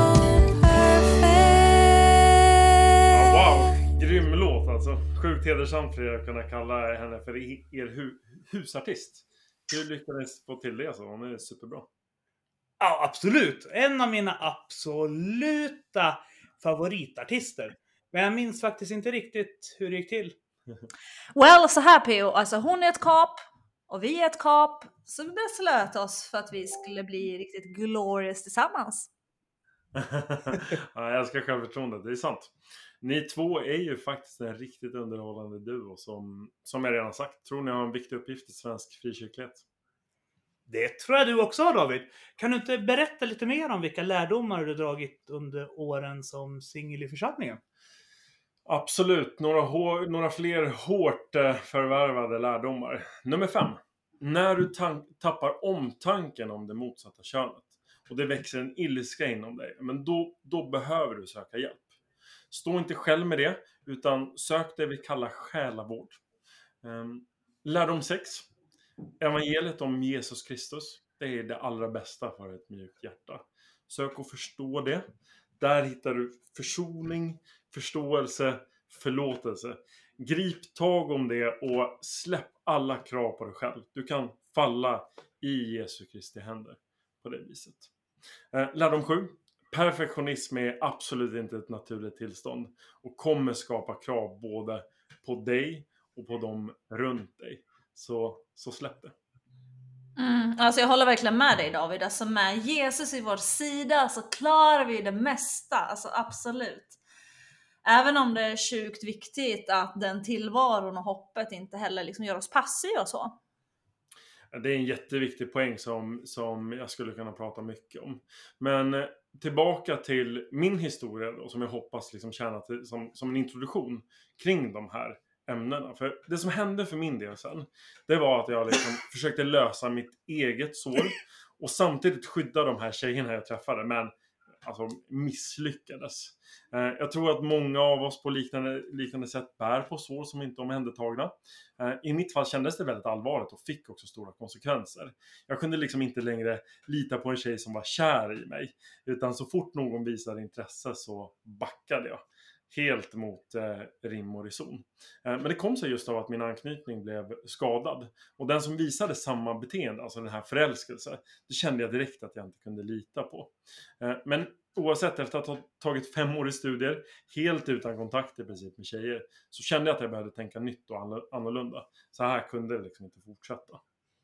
Speaker 5: perfect.
Speaker 4: Wow, grym låt alltså. Sjukt hedersamt för er att kunna kalla henne för er hu- husartist. Hur lyckades få till det så? Hon är superbra.
Speaker 3: Ja, absolut. En av mina absoluta favoritartister. Men jag minns faktiskt inte riktigt hur det gick till.
Speaker 1: Well, så här P O, alltså hon är ett kap och vi är ett kap, så vi beslöt oss för att vi skulle bli riktigt glorious tillsammans.
Speaker 4: Ja, jag älskar självförtroende, det är sant. Ni två är ju faktiskt en riktigt underhållande duo som, som jag redan sagt, tror ni har en viktig uppgift i svensk frikyrklighet.
Speaker 3: Det tror jag du också har, David. Kan du inte berätta lite mer om vilka lärdomar du dragit under åren som singel i församlingen?
Speaker 4: Absolut, några, hår, några fler hårt eh, förvärvade lärdomar. Nummer fem. När du tan- tappar omtanken om det motsatta könet och det växer en ilska inom dig, men då, då behöver du söka hjälp. Stå inte själv med det, utan sök det vi kallar själavård. Um, lärdom sex. Evangeliet om Jesus Kristus, det är det allra bästa för ett mjukt hjärta. Sök och förstå det. Där hittar du försoning, förståelse, förlåtelse. Grip tag om det och släpp alla krav på dig själv. Du kan falla i Jesu Kristi händer på det viset. Eh, lärdom sju. Perfektionism är absolut inte ett naturligt tillstånd och kommer skapa krav både på dig och på dem runt dig. Så, så släpp det.
Speaker 1: Mm, alltså jag håller verkligen med dig, David. Alltså med Jesus i vår sida så klarar vi det mesta. Alltså absolut. Även om det är sjukt viktigt att den tillvaron och hoppet inte heller liksom gör oss passiva och så.
Speaker 4: Det är en jätteviktig poäng som, som jag skulle kunna prata mycket om. Men eh, tillbaka till min historia då, som jag hoppas liksom tjäna till, som, som en introduktion kring de här ämnena. För det som hände för min del sen, det var att jag liksom försökte lösa mitt eget sår och samtidigt skydda de här tjejerna jag träffade, men alltså misslyckades. Eh, jag tror att många av oss på liknande, liknande sätt bär på sår som inte är omhändertagna. Eh, I mitt fall kändes det väldigt allvarligt och fick också stora konsekvenser. Jag kunde liksom inte längre lita på en tjej som var kär i mig, utan så fort någon visade intresse så backade jag. Helt mot eh, rim och reson. Eh, men det kom sig just av att min anknytning blev skadad. Och den som visade samma beteende, alltså den här förälskelse, det kände jag direkt att jag inte kunde lita på. Eh, men oavsett, efter att ha tagit fem år i studier, helt utan kontakt i princip med tjejer, så kände jag att jag behövde tänka nytt och annorlunda. Så här kunde det liksom inte fortsätta.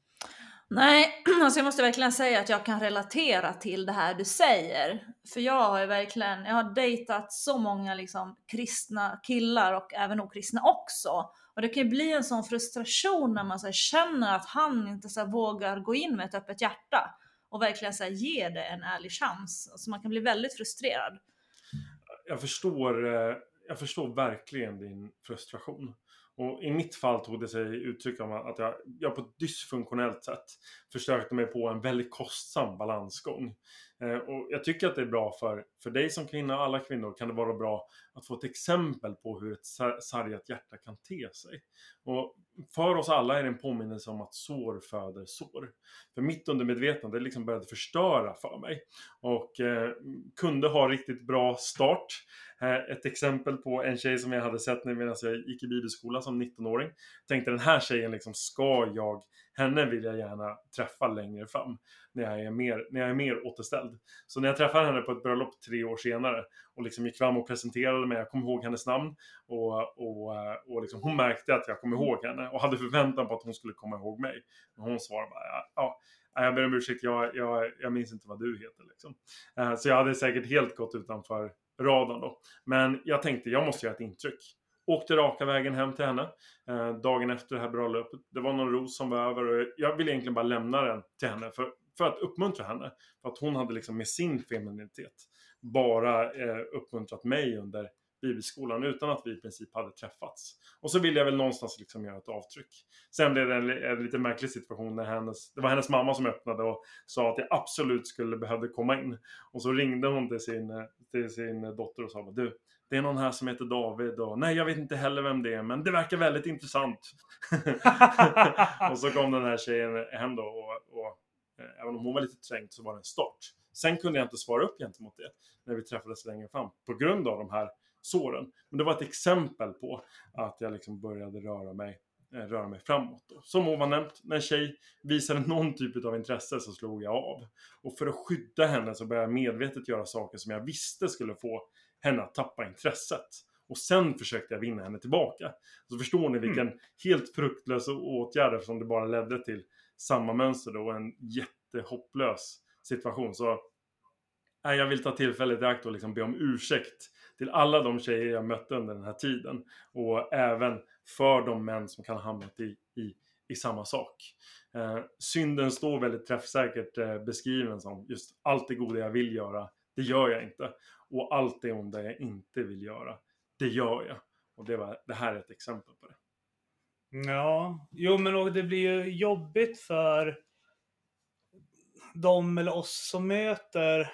Speaker 1: Nej, alltså jag måste verkligen säga att jag kan relatera till det här du säger. För jag har ju verkligen, jag har dejtat så många liksom kristna killar och även okristna också. Och det kan ju bli en sån frustration när man så här, känner att han inte så här, vågar gå in med ett öppet hjärta. Och verkligen så här, ge det en ärlig chans. Alltså man kan bli väldigt frustrerad.
Speaker 4: Jag förstår, jag förstår verkligen din frustration. Och i mitt fall tog det sig uttryck om att jag, jag på ett dysfunktionellt sätt försökte mig på en väldigt kostsam balansgång. Eh, och jag tycker att det är bra för, för dig som kvinna och alla kvinnor kan det vara bra att få ett exempel på hur ett sargat hjärta kan te sig. Och för oss alla är det en påminnelse om att sår föder sår. För mitt undermedvetande liksom började förstöra för mig. Och eh, kunde ha riktigt bra start. Eh, ett exempel på en tjej som jag hade sett medan jag gick i bibelskola som nittonåring. Tänkte den här tjejen liksom, ska jag, henne vill jag gärna träffa längre fram. När jag är mer, när jag är mer återställd. Så när jag träffade henne på ett bröllop tre år senare. Och liksom gick fram och presenterade mig. Jag kom ihåg hennes namn. Och, och, och liksom, hon märkte att jag kom ihåg henne. Och hade förväntan på att hon skulle komma ihåg mig. Men hon svarade bara, ja, jag ber om ursäkt, jag, jag, jag minns inte vad du heter. Liksom. Så jag hade säkert helt gått utanför radarn då. Men jag tänkte, jag måste göra ett intryck. Åkte raka vägen hem till henne. Eh, dagen efter det här bröllopet. Det var någon ros som var över. Och jag ville egentligen bara lämna den till henne. För, för att uppmuntra henne. För att hon hade liksom med sin feminitet. Bara eh, uppmuntrat mig under bibelskolan. Utan att vi i princip hade träffats. Och så ville jag väl någonstans liksom göra ett avtryck. Sen blev det en, en lite märklig situation. När hennes, det var hennes mamma som öppnade. Och sa att jag absolut skulle behövde komma in. Och så ringde hon till sin, till sin dotter och sa. Du, det är någon här som heter David och nej, jag vet inte heller vem det är, men det verkar väldigt intressant. Och så kom den här tjejen hem då och, och även om hon var lite trängt så var det en start. Sen kunde jag inte svara upp gentemot det när vi träffades längre fram på grund av de här såren. Men det var ett exempel på att jag liksom började röra mig, röra mig framåt. Då. Som ovan nämnt, när en tjej visade någon typ av intresse så slog jag av. Och för att skydda henne så började jag medvetet göra saker som jag visste skulle få henne att tappa intresset. Och sen försökte jag vinna henne tillbaka. Så förstår ni vilken mm. helt fruktlös åtgärder som det bara ledde till samma mönster då. En jättehopplös situation. Så nej, jag vill ta tillfället i akt och liksom be om ursäkt till alla de tjejer jag mötte under den här tiden. Och även för de män som kan ha hamnat i, i, i samma sak. Eh, synden står väldigt träffsäkert eh, beskriven som just allt det goda jag vill göra, det gör jag inte. Och allt det onda jag inte vill göra, det gör jag. Och det, var, det här är ett exempel på det.
Speaker 3: Ja, jo men och det blir ju jobbigt för de eller oss som möter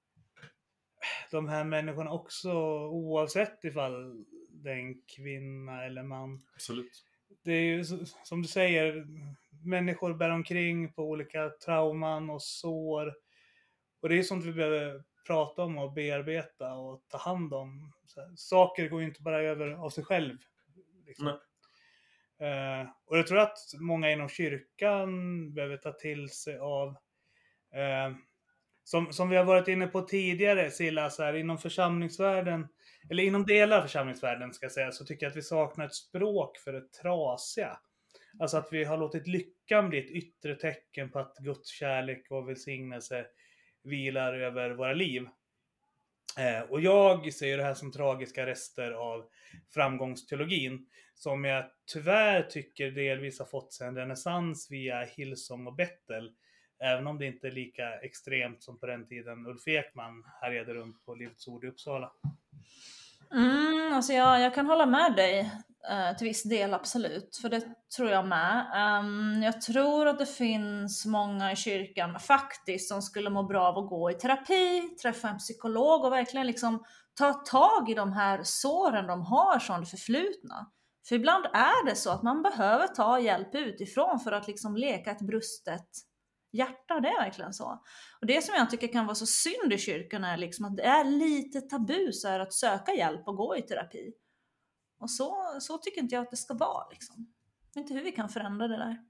Speaker 3: de här människorna också, oavsett ifall det är en kvinna eller man.
Speaker 4: Absolut.
Speaker 3: Det är ju som du säger, människor bär omkring på olika trauman och sår. Och det är sånt vi behöver prata om och bearbeta och ta hand om. Så här, saker går ju inte bara över av sig själv. Liksom. Uh, och jag tror att många inom kyrkan behöver ta till sig av uh, som, som vi har varit inne på tidigare, Silla, så här, inom församlingsvärlden, eller inom delar av församlingsvärlden ska jag säga, så tycker jag att vi saknar ett språk för det trasiga. Alltså att vi har låtit lyckan bli ett yttre tecken på att Guds kärlek och välsignelse vilar över våra liv. Eh, och jag ser det här som tragiska rester av framgångsteologin, som jag tyvärr tycker delvis har fått sig en renässans via Hillsong och Bethel. Även om det inte är lika extremt som på den tiden Ulf Ekman härjade runt på Livets Ord i Uppsala.
Speaker 1: Mm, alltså jag, jag kan hålla med dig eh, till viss del, absolut. För det tror jag med. Um, jag tror att det finns många i kyrkan faktiskt som skulle må bra av att gå i terapi, träffa en psykolog och verkligen liksom ta tag i de här såren de har från det förflutna. För ibland är det så att man behöver ta hjälp utifrån för att liksom leka ett brustet hjärta, det är verkligen så. Och det som jag tycker kan vara så synd i kyrkan är liksom att det är lite tabu så här att söka hjälp och gå i terapi. Och så, så tycker inte jag att det ska vara liksom. Jag vet inte hur vi kan förändra det där.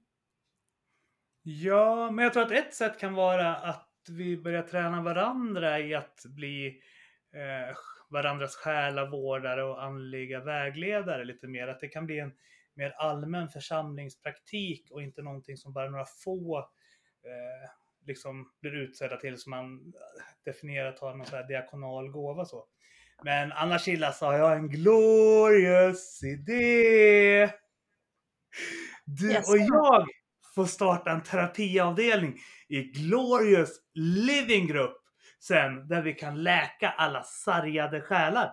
Speaker 3: Ja, men jag tror att ett sätt kan vara att vi börjar träna varandra i att bli eh, varandras själavårdare och andliga vägledare lite mer. Att det kan bli en mer allmän församlingspraktik och inte någonting som bara några få eh, liksom blir utsedda till, som man definierat har någon så här diakonal gåva så. Men annars illa så har jag en glorious idé. Du
Speaker 1: Yes.
Speaker 3: och jag får starta en terapiavdelning i Glorious Living Group sen, där vi kan läka alla sargade själar.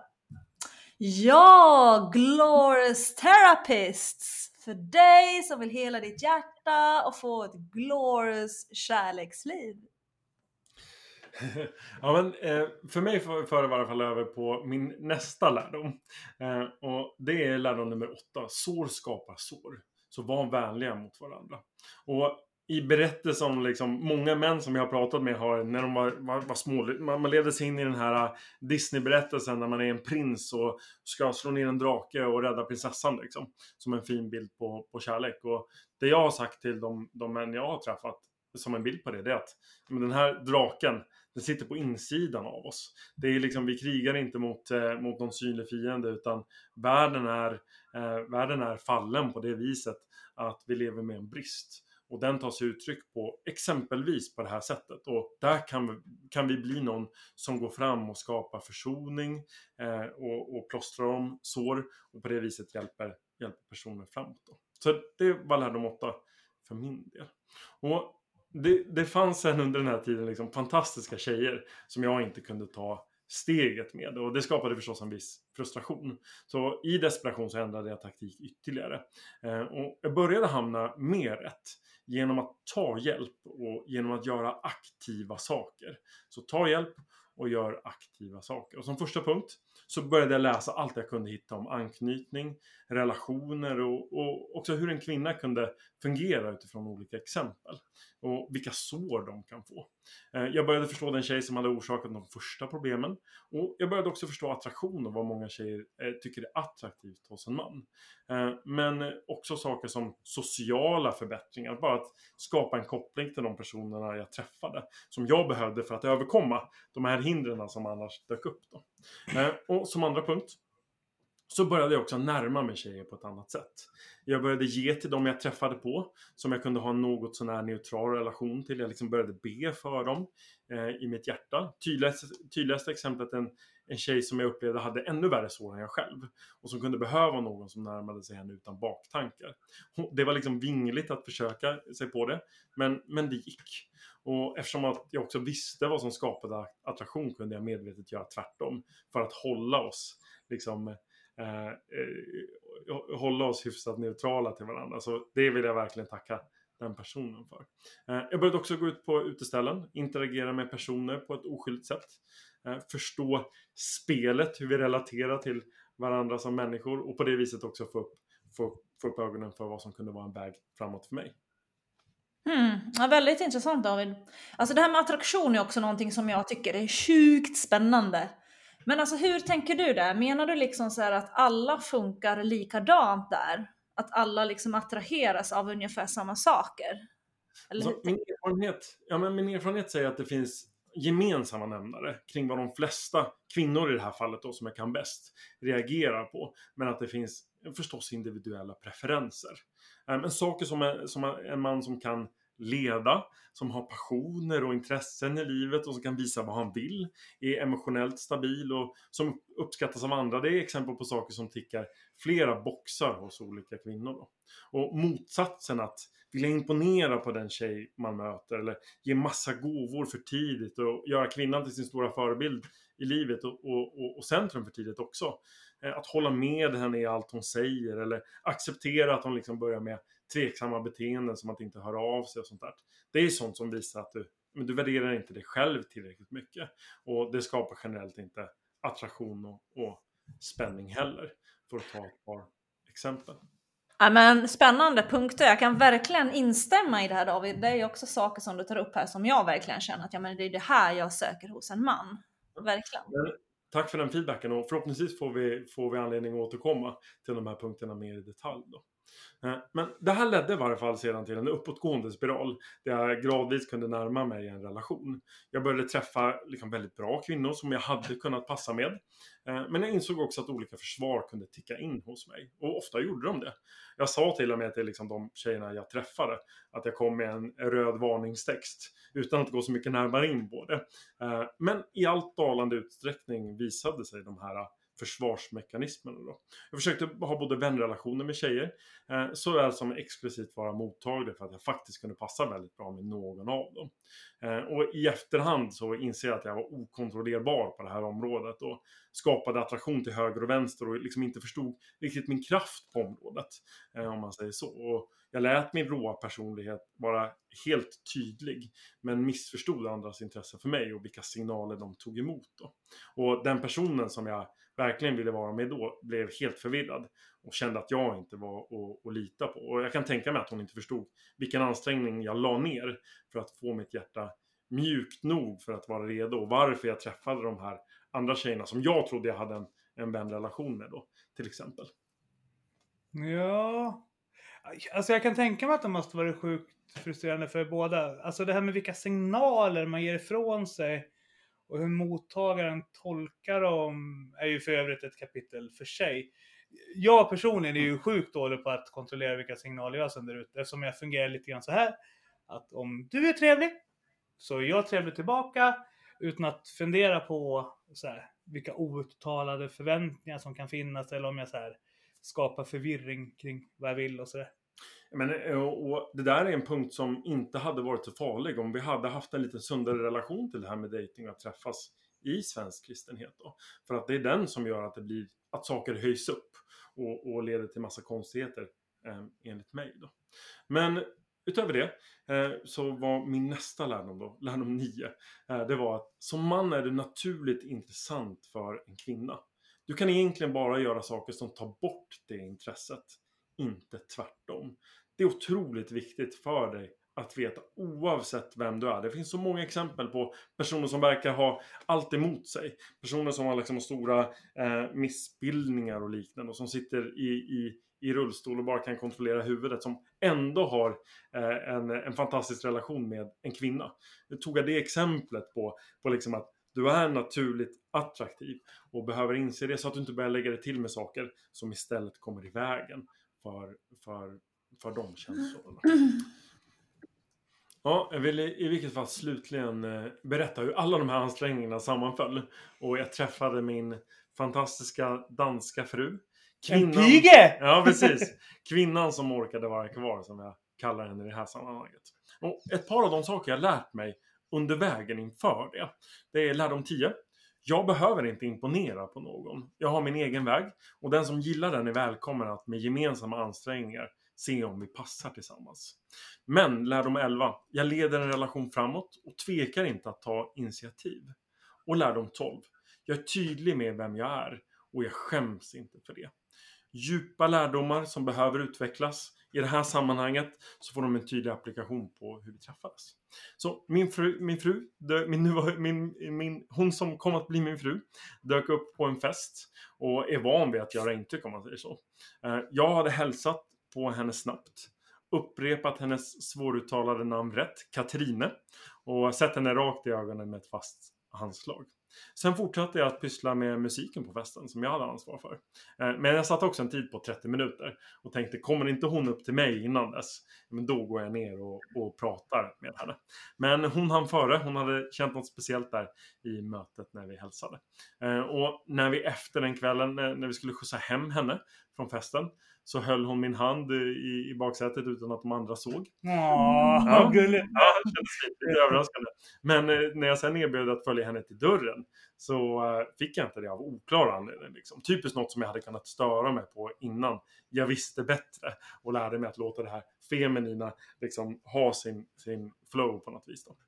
Speaker 1: Ja, Glorious Therapists! För dig som vill hela ditt hjärta och få ett glorious kärleksliv.
Speaker 4: Ja, men eh, för mig för, för det i alla fall över på min nästa lärdom. Eh, och det är lärdom nummer åtta. Sår skapar sår. Så var vänliga mot varandra. Och i berättelser om liksom, många män som jag har pratat med har, när de var, var, var små, man, man leder sig in i den här Disney-berättelsen när man är en prins och ska slå ner en drake och rädda prinsessan liksom, som en fin bild på, på kärlek. Och det jag har sagt till de, de män jag har träffat som en bild på det, det är att men den här draken, den sitter på insidan av oss. Det är liksom, vi krigar inte mot, eh, mot någon synlig fiende, utan världen är, eh, världen är fallen på det viset att vi lever med en brist. Och den tar sig uttryck på exempelvis på det här sättet. Och där kan vi, kan vi bli någon som går fram och skapar försoning eh, och, och plåstrar om sår. Och på det viset hjälper, hjälper personer framåt. Då. Så det var lärdom åtta för min del. Och det, det fanns sen under den här tiden liksom fantastiska tjejer som jag inte kunde ta steget med. Och det skapade förstås en viss frustration. Så i desperation så ändrade jag taktik ytterligare. Eh, och jag började hamna mer rätt genom att ta hjälp och genom att göra aktiva saker. Så ta hjälp och gör aktiva saker. Och som första punkt så började jag läsa allt jag kunde hitta om anknytning, relationer och, och också hur en kvinna kunde fungera utifrån olika exempel. Och vilka sår de kan få. Jag började förstå den tjej som hade orsakat de första problemen. Och jag började också förstå attraktion och vad många tjejer tycker är attraktivt hos en man. Men också saker som sociala förbättringar. Bara att skapa en koppling till de personerna jag träffade. Som jag behövde för att överkomma de här hindren som annars dök upp. Då. Och som andra punkt så började jag också närma mig tjejer på ett annat sätt. Jag började ge till dem jag träffade på, som jag kunde ha en något sån här neutral relation till. Jag liksom började be för dem eh, i mitt hjärta. Tydligaste, tydligaste exemplet en, en tjej som jag upplevde hade ännu värre sår än jag själv. Och som kunde behöva någon som närmade sig henne utan baktankar. Det var liksom vingligt att försöka sig på det, men, men det gick. Och eftersom att jag också visste vad som skapade attraktion kunde jag medvetet göra tvärtom. För att hålla oss liksom... Eh, eh, hålla oss hyfsat neutrala till varandra. Så det vill jag verkligen tacka den personen för. Eh, jag började också gå ut på uteställen, interagera med personer på ett oskyldigt sätt. Eh, förstå spelet, hur vi relaterar till varandra som människor, och på det viset också få upp, få, få upp ögonen för vad som kunde vara en väg framåt för mig.
Speaker 1: Mm, ja, väldigt intressant, David. Alltså det här med attraktion är också någonting som jag tycker är sjukt spännande. Men alltså hur tänker du där? Menar du liksom så här att alla funkar likadant där? Att alla liksom attraheras av ungefär samma saker? Eller
Speaker 4: Alltså, min, erfarenhet, ja, men min erfarenhet säger att det finns gemensamma nämnare kring vad de flesta kvinnor i det här fallet då, som jag kan bäst, reagerar på. Men att det finns förstås individuella preferenser. Men saker som, är, som är en man som kan leda, som har passioner och intressen i livet och som kan visa vad han vill, är emotionellt stabil och som uppskattas av andra. Det är exempel på saker som tickar flera boxar hos olika kvinnor då. Och motsatsen, att vilja imponera på den tjej man möter eller ge massa gåvor för tidigt och göra kvinnan till sin stora förebild i livet och, och, och, och centrum för tidigt också. Att hålla med henne i allt hon säger eller acceptera att hon liksom börjar med tveksamma beteenden som att inte höra av sig och sånt där. Det är sånt som visar att du, men du värderar inte dig själv tillräckligt mycket. Och det skapar generellt inte attraktion och, och spänning heller. För att ta ett par exempel.
Speaker 1: Ja, men spännande punkter. Jag kan verkligen instämma i det här, David. Det är ju också saker som du tar upp här som jag verkligen känner att ja, men det är det här jag söker hos en man. Verkligen.
Speaker 4: Men, tack för den feedbacken, och förhoppningsvis får vi, får vi anledning att återkomma till de här punkterna mer i detalj då. Men det här ledde i varje fall sedan till en uppåtgående spiral där jag gradvis kunde närma mig en relation. Jag började träffa liksom väldigt bra kvinnor som jag hade kunnat passa med. Men jag insåg också att olika försvar kunde ticka in hos mig. Och ofta gjorde de det. Jag sa till och med till liksom de tjejerna jag träffade att jag kom med en röd varningstext utan att gå så mycket närmare in på det. Men i allt dalande utsträckning visade sig de här försvarsmekanismerna då. Jag försökte ha både vänrelationer med tjejer eh, såväl som exklusivt vara mottaglig för att jag faktiskt kunde passa väldigt bra med någon av dem. Eh, och i efterhand så inser jag att jag var okontrollerbar på det här området och skapade attraktion till höger och vänster och liksom inte förstod riktigt min kraft på området, eh, om man säger så. Och jag lät min råa personlighet vara helt tydlig, men missförstod andras intresse för mig och vilka signaler de tog emot då. Och den personen som jag verkligen ville vara med då blev helt förvirrad och kände att jag inte var att, att lita på. Och jag kan tänka mig att hon inte förstod vilken ansträngning jag la ner för att få mitt hjärta mjukt nog för att vara redo, och varför jag träffade de här andra tjejerna som jag trodde jag hade en, en vänrelation med då, till exempel.
Speaker 3: Ja, alltså jag kan tänka mig att det måste vara sjukt frustrerande för båda. Alltså det här med vilka signaler man ger ifrån sig och hur mottagaren tolkar dem är ju för övrigt ett kapitel för sig. Jag personligen är ju sjukt dålig på att kontrollera vilka signaler jag sänder ut, eftersom jag fungerar lite grann så här att om du är trevlig så är jag trevlig tillbaka utan att fundera på så här, vilka outtalade förväntningar som kan finnas eller om jag så här skapar förvirring kring vad jag vill och sådär.
Speaker 4: Men, och det där är en punkt som inte hade varit så farlig om vi hade haft en lite sundare relation till det här med dating och att träffas i svensk kristenhet då. För att det är den som gör att det blir att saker höjs upp och, och leder till massa konstigheter eh, enligt mig då. Men utöver det eh, så var min nästa lärdom då, lärdom nio, eh, det var att som man är det naturligt intressant för en kvinna. Du kan egentligen bara göra saker som tar bort det intresset, inte tvärtom. Det är otroligt viktigt för dig att veta oavsett vem du är. Det finns så många exempel på personer som verkar ha allt emot sig. Personer som har liksom stora eh, missbildningar och liknande och som sitter i, i, i rullstol och bara kan kontrollera huvudet, som ändå har eh, en, en fantastisk relation med en kvinna. Nu tog jag det exemplet på, på liksom att Du är naturligt attraktiv och behöver inse det så att du inte börjar lägga dig till med saker som istället kommer i vägen för, för, för de känslorna. Ja, jag vill i, i vilket fall slutligen eh, berätta hur alla de här ansträngningarna sammanföll. Och jag träffade min fantastiska danska fru.
Speaker 3: En pige!
Speaker 4: Ja, precis. Kvinnan som orkade vara kvar, som jag kallar henne i det här sammanhanget. Och ett par av de saker jag lärt mig under vägen inför det. Det är lärdom tio. Jag behöver inte imponera på någon. Jag har min egen väg. Och den som gillar den är välkommen att med gemensamma ansträngningar se om vi passar tillsammans. Men lärdom elva. Jag leder en relation framåt och tvekar inte att ta initiativ. Och lärdom tolv. Jag är tydlig med vem jag är och jag skäms inte för det. Djupa lärdomar som behöver utvecklas. I det här sammanhanget så får de en tydlig applikation på hur vi träffades. Så min fru, min fru min, min, min, hon som kom att bli min fru dök upp på en fest och är van vid att göra intryck, om man säger så. Jag hade hälsat på henne snabbt, upprepat hennes svåruttalade namn rätt, Katrine, och sett henne rakt i ögonen med ett fast handslag. Sen fortsatte jag att pyssla med musiken på festen som jag hade ansvar för. Men jag satte också en tid på trettio minuter och tänkte, kommer inte hon upp till mig innan dess, men då går jag ner och, och pratar med henne. Men hon hann före, hon hade känt något speciellt där i mötet när vi hälsade. Och när vi efter den kvällen, när vi skulle skjutsa hem henne från festen, så höll hon min hand i, i baksätet utan att de andra såg.
Speaker 3: Åh,
Speaker 4: ja,
Speaker 3: gulligt.
Speaker 4: Ja, det kändes lite överraskande. Men eh, när jag sen erbjöd att följa henne till dörren så eh, fick jag inte det av oklar anledning. Liksom. Typiskt något som jag hade kunnat störa mig på innan jag visste bättre och lärde mig att låta det här feminina liksom, ha sin, sin flow på något vis då.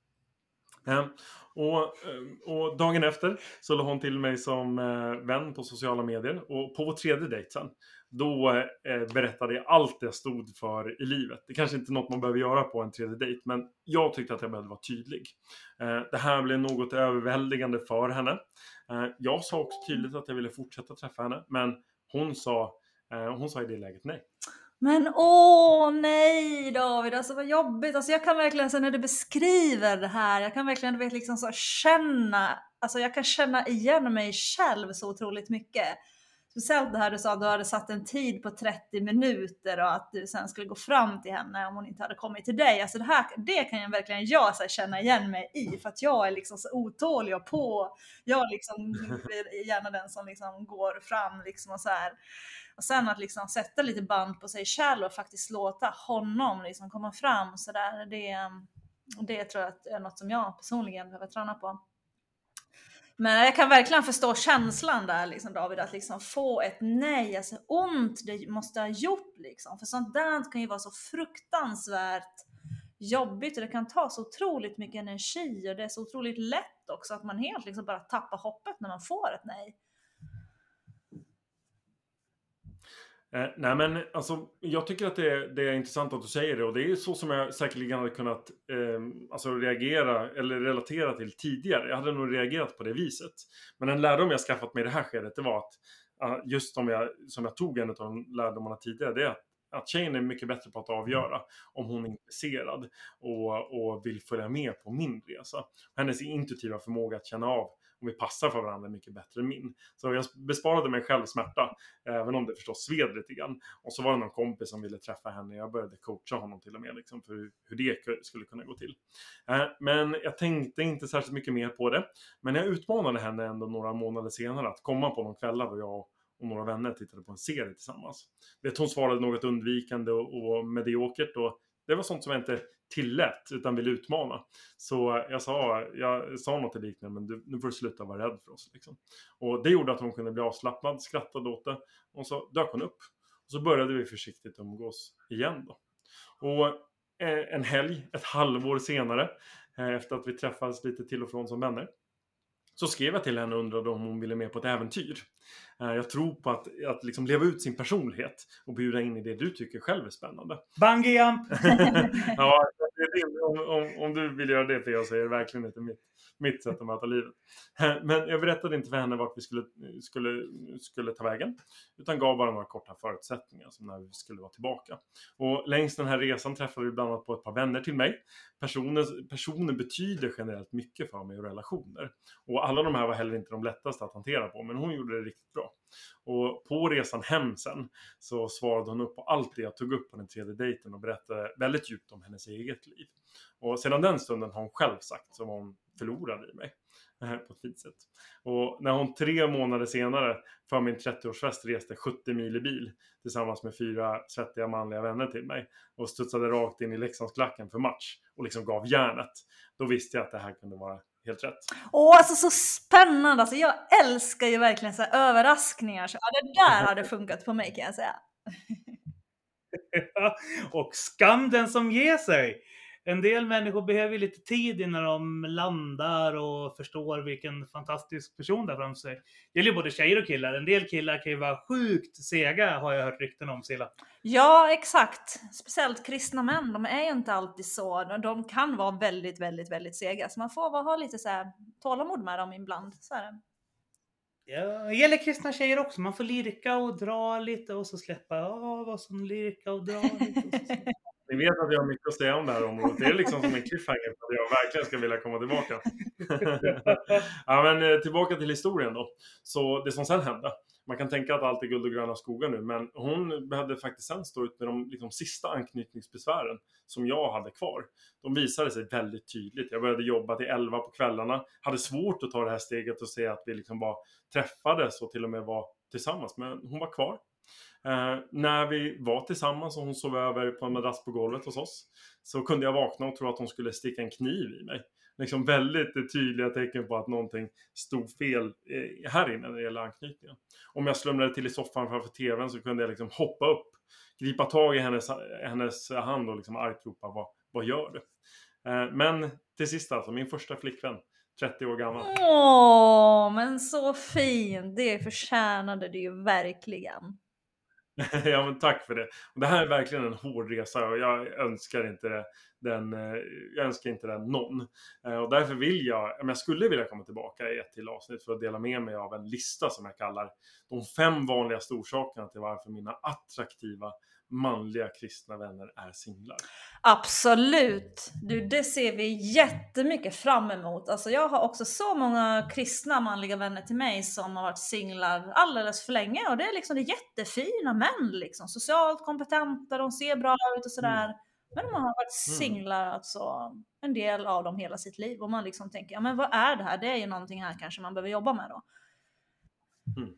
Speaker 4: Eh, och, och dagen efter så lade hon till mig som eh, vän på sociala medier. Och på vår tredje dejt sen, då eh, berättade jag allt jag stod för i livet. Det kanske inte är något man behöver göra på en tredje dejt, men jag tyckte att jag behövde vara tydlig. Eh, det här blev något överväldigande för henne. Eh, jag sa också tydligt att jag ville fortsätta träffa henne, men hon sa, eh, hon sa i det läget nej.
Speaker 1: Men åh nej David, alltså vad jobbigt. Alltså jag kan verkligen, så när du beskriver det här, jag kan verkligen vet, liksom så känna, alltså jag kan känna igen mig själv så otroligt mycket. Speciellt det här du sa att du hade satt en tid på trettio minuter och att du sen skulle gå fram till henne om hon inte hade kommit till dig. Alltså det här, det kan jag verkligen jag så här, känna igen mig i, för att jag är liksom så otålig och på. Jag liksom blir gärna den som liksom går fram liksom och så här. Och sen att liksom sätta lite band på sig själv och faktiskt låta honom liksom komma fram så där, det, det tror jag är något som jag personligen behöver träna på. Men jag kan verkligen förstå känslan där liksom, David, att liksom få ett nej, alltså ont det måste ha gjort liksom. För sånt där kan ju vara så fruktansvärt jobbigt och det kan ta så otroligt mycket energi och det är så otroligt lätt också att man helt liksom bara tappar hoppet när man får ett nej.
Speaker 4: Eh, nej men alltså, jag tycker att det är, det är intressant att du säger det, och det är så som jag säkerligen hade kunnat eh, alltså reagera eller relatera till tidigare. Jag hade nog reagerat på det viset. Men en lärdom jag skaffat mig i det här skedet, det var att uh, just som jag, som jag tog en av de lärdomarna tidigare, det är att Att tjejen är mycket bättre på att avgöra om hon är intresserad och, och vill följa med på min resa. Hennes intuitiva förmåga att känna av om vi passar för varandra är mycket bättre än min. Så jag besparade mig själv smärta, även om det förstås sved lite grann. Och så var det någon kompis som ville träffa henne. Jag började coacha honom till och med liksom, för hur, hur det skulle kunna gå till. Eh, men jag tänkte inte särskilt mycket mer på det. Men jag utmanade henne ändå några månader senare att komma på någon kvällar då jag och några vänner tittade på en serie tillsammans. Vet, hon svarade något undvikande och, och mediokert, och det var sånt som jag inte tillät utan ville utmana. Så jag sa, jag sa något liknande, men du, nu får du sluta vara rädd för oss. Liksom. Och det gjorde att hon kunde bli avslappnad, skrattade åt det, och så dök hon upp. Och så började vi försiktigt umgås igen då. Och en helg, ett halvår senare, efter att vi träffades lite till och från som vänner, så skrev jag till henne och undrade om hon ville med på ett äventyr. Jag tror på att, att liksom leva ut sin personlighet och bjuda in i det du tycker själv är spännande.
Speaker 3: Bungee jump!
Speaker 4: Ja, det är din, om, om, om du vill göra det för jag så är det verkligen inte mitt, mitt sätt att möta livet. Men jag berättade inte för henne vart vi skulle, skulle, skulle ta vägen. Utan gav bara några korta förutsättningar som när vi skulle vara tillbaka. Och längs den här resan träffade vi bland annat på ett par vänner till mig. Personer, personer betyder generellt mycket för mig och relationer. Och alla de här var heller inte de lättaste att hantera på. Men hon gjorde det riktigt bra. Och på resan hem sen så svarade hon upp på allt det jag tog upp på den tredje dejten och berättade väldigt djupt om hennes eget liv. Och sedan den stunden har hon själv sagt som hon förlorade i mig på ett fint sätt. Och när hon tre månader senare för min trettioårsfest reste sjuttio mil i bil tillsammans med fyra svettiga manliga vänner till mig och studsade rakt in i Leksandsklacken för match och liksom gav järnet, då visste jag att det här kunde vara helt rätt.
Speaker 1: Åh, alltså så spännande. Alltså, jag älskar ju verkligen så här överraskningar. Så, ja, det där hade funkat på mig kan jag säga.
Speaker 3: Ja, och skam den som ger sig. En del människor behöver lite tid innan de landar och förstår vilken fantastisk person där framför sig. Det gäller både tjejer och killar. En del killar kan ju vara sjukt sega, har jag hört rykten om, Silla.
Speaker 1: Ja, exakt. Speciellt kristna män, de är ju inte alltid så. De kan vara väldigt, väldigt, väldigt sega. Så man får ha lite så här tålamod med dem ibland. Så är det.
Speaker 3: Ja, det gäller kristna tjejer också. Man får lirka och dra lite och så släppa. Ja, vad som lirka och dra lite. Och så
Speaker 4: Ni vet att jag har mycket att säga om det här området. Det är liksom som en cliffhanger för att jag verkligen ska vilja komma tillbaka. Ja, men tillbaka till historien då. Så det som sen hände. Man kan tänka att allt är guld och gröna skogar nu. Men hon behövde faktiskt sen stå ut med de liksom, sista anknytningsbesvären som jag hade kvar. De visade sig väldigt tydligt. Jag började jobba till elva på kvällarna. Hade svårt att ta det här steget och se att vi liksom bara träffades och till och med var tillsammans. Men hon var kvar. Eh, när vi var tillsammans och hon sov över på en madrass på golvet hos oss, så kunde jag vakna och tro att hon skulle sticka en kniv i mig. Liksom väldigt tydliga tecken på att någonting stod fel eh, här inne när det gäller anknytningen. Om jag slumrade till i soffan framför tvn så kunde jag liksom hoppa upp, gripa tag i hennes, hennes hand och liksom argt ropa, vad, vad gör du? Eh, men till sist alltså, min första flickvän, trettio år gammal.
Speaker 1: Åh, men så fint. Det förtjänade det ju verkligen.
Speaker 4: Ja, men tack för det. Och det här är verkligen en hård resa och jag önskar inte det, den, jag önskar inte den någon. Och därför vill jag, om jag skulle vilja komma tillbaka i ett till avsnitt för att dela med mig av en lista som jag kallar de fem vanligaste orsakerna till varför mina attraktiva manliga kristna vänner är singlar.
Speaker 1: Absolut. Du, det ser vi jättemycket fram emot. Alltså jag har också så många kristna manliga vänner till mig som har varit singlar alldeles för länge. Och det är liksom det är jättefina män liksom. Socialt kompetenta, de ser bra ut och sådär. Mm. Men de har varit singlar alltså en del av dem hela sitt liv. Och man liksom tänker, ja men vad är det här? Det är ju någonting här kanske man behöver jobba med då.
Speaker 4: Mm.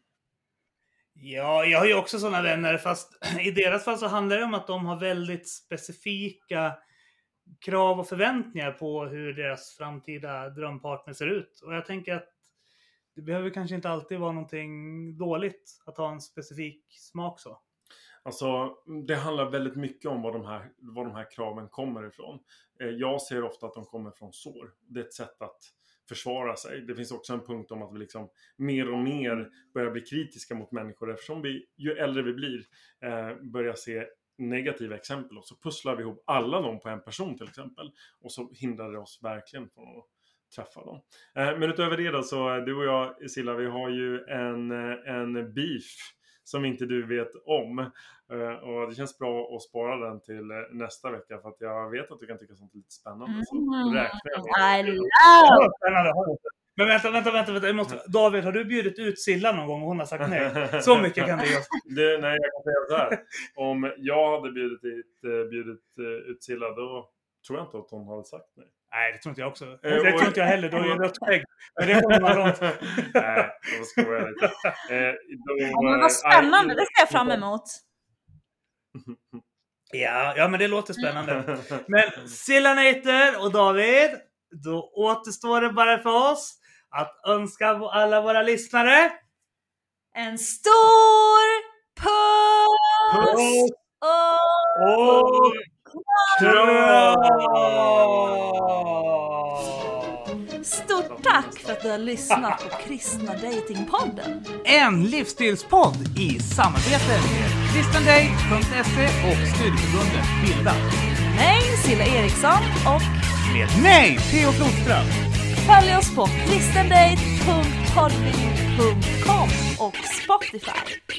Speaker 3: Ja, jag har ju också sådana vänner, fast i deras fall så handlar det om att de har väldigt specifika krav och förväntningar på hur deras framtida drömpartner ser ut. Och jag tänker att det behöver kanske inte alltid vara någonting dåligt att ha en specifik smak så.
Speaker 4: Alltså, det handlar väldigt mycket om vad de här, vad de här kraven kommer ifrån. Jag ser ofta att de kommer från sår. Det är ett sätt att försvara sig. Det finns också en punkt om att vi liksom mer och mer börjar bli kritiska mot människor eftersom vi, ju äldre vi blir, eh, börjar se negativa exempel och så pusslar vi ihop alla dem på en person till exempel och så hindrar det oss verkligen från att träffa dem. Eh, men utöver det då, så du och jag, Silla, vi har ju en, en beef som inte du vet om. Uh, och det känns bra att spara den till uh, nästa vecka för att jag vet att du kan tycka sånt är lite spännande. Mm. Så räknar jag med.
Speaker 1: I love!
Speaker 3: Men vänta, vänta, vänta. vänta. Jag måste... David, har du bjudit ut Silla någon gång och hon har sagt nej? Så mycket kan det göra.
Speaker 4: Det, nej, jag kan säga så här. Om jag hade bjudit ut, uh, bjudit, uh, ut Silla, då tror jag inte att hon hade sagt nej.
Speaker 3: Nej, det tror inte jag också. Det eh, tror inte jag heller. Då är det rött skägg. Men det kommer man långt.
Speaker 4: Nej, då ska jag lite. Eh, då,
Speaker 1: ja, men vad spännande. Det ser jag fram emot.
Speaker 3: Ja, ja, men det låter spännande. Men Sillanator och David, då återstår det bara för oss att önska alla våra lyssnare
Speaker 1: en stor puss, puss. och, och stort tack för att du har lyssnat på Kristna Datingpodden.
Speaker 3: En livsstilspodd i samarbete med kristendate punkt se och studieförbundet Bilda.
Speaker 1: Nej. mig, Silla Eriksson, och
Speaker 3: Med mig, Theo Flodström.
Speaker 1: följ oss på kristendate punkt podbean punkt com och Spotify.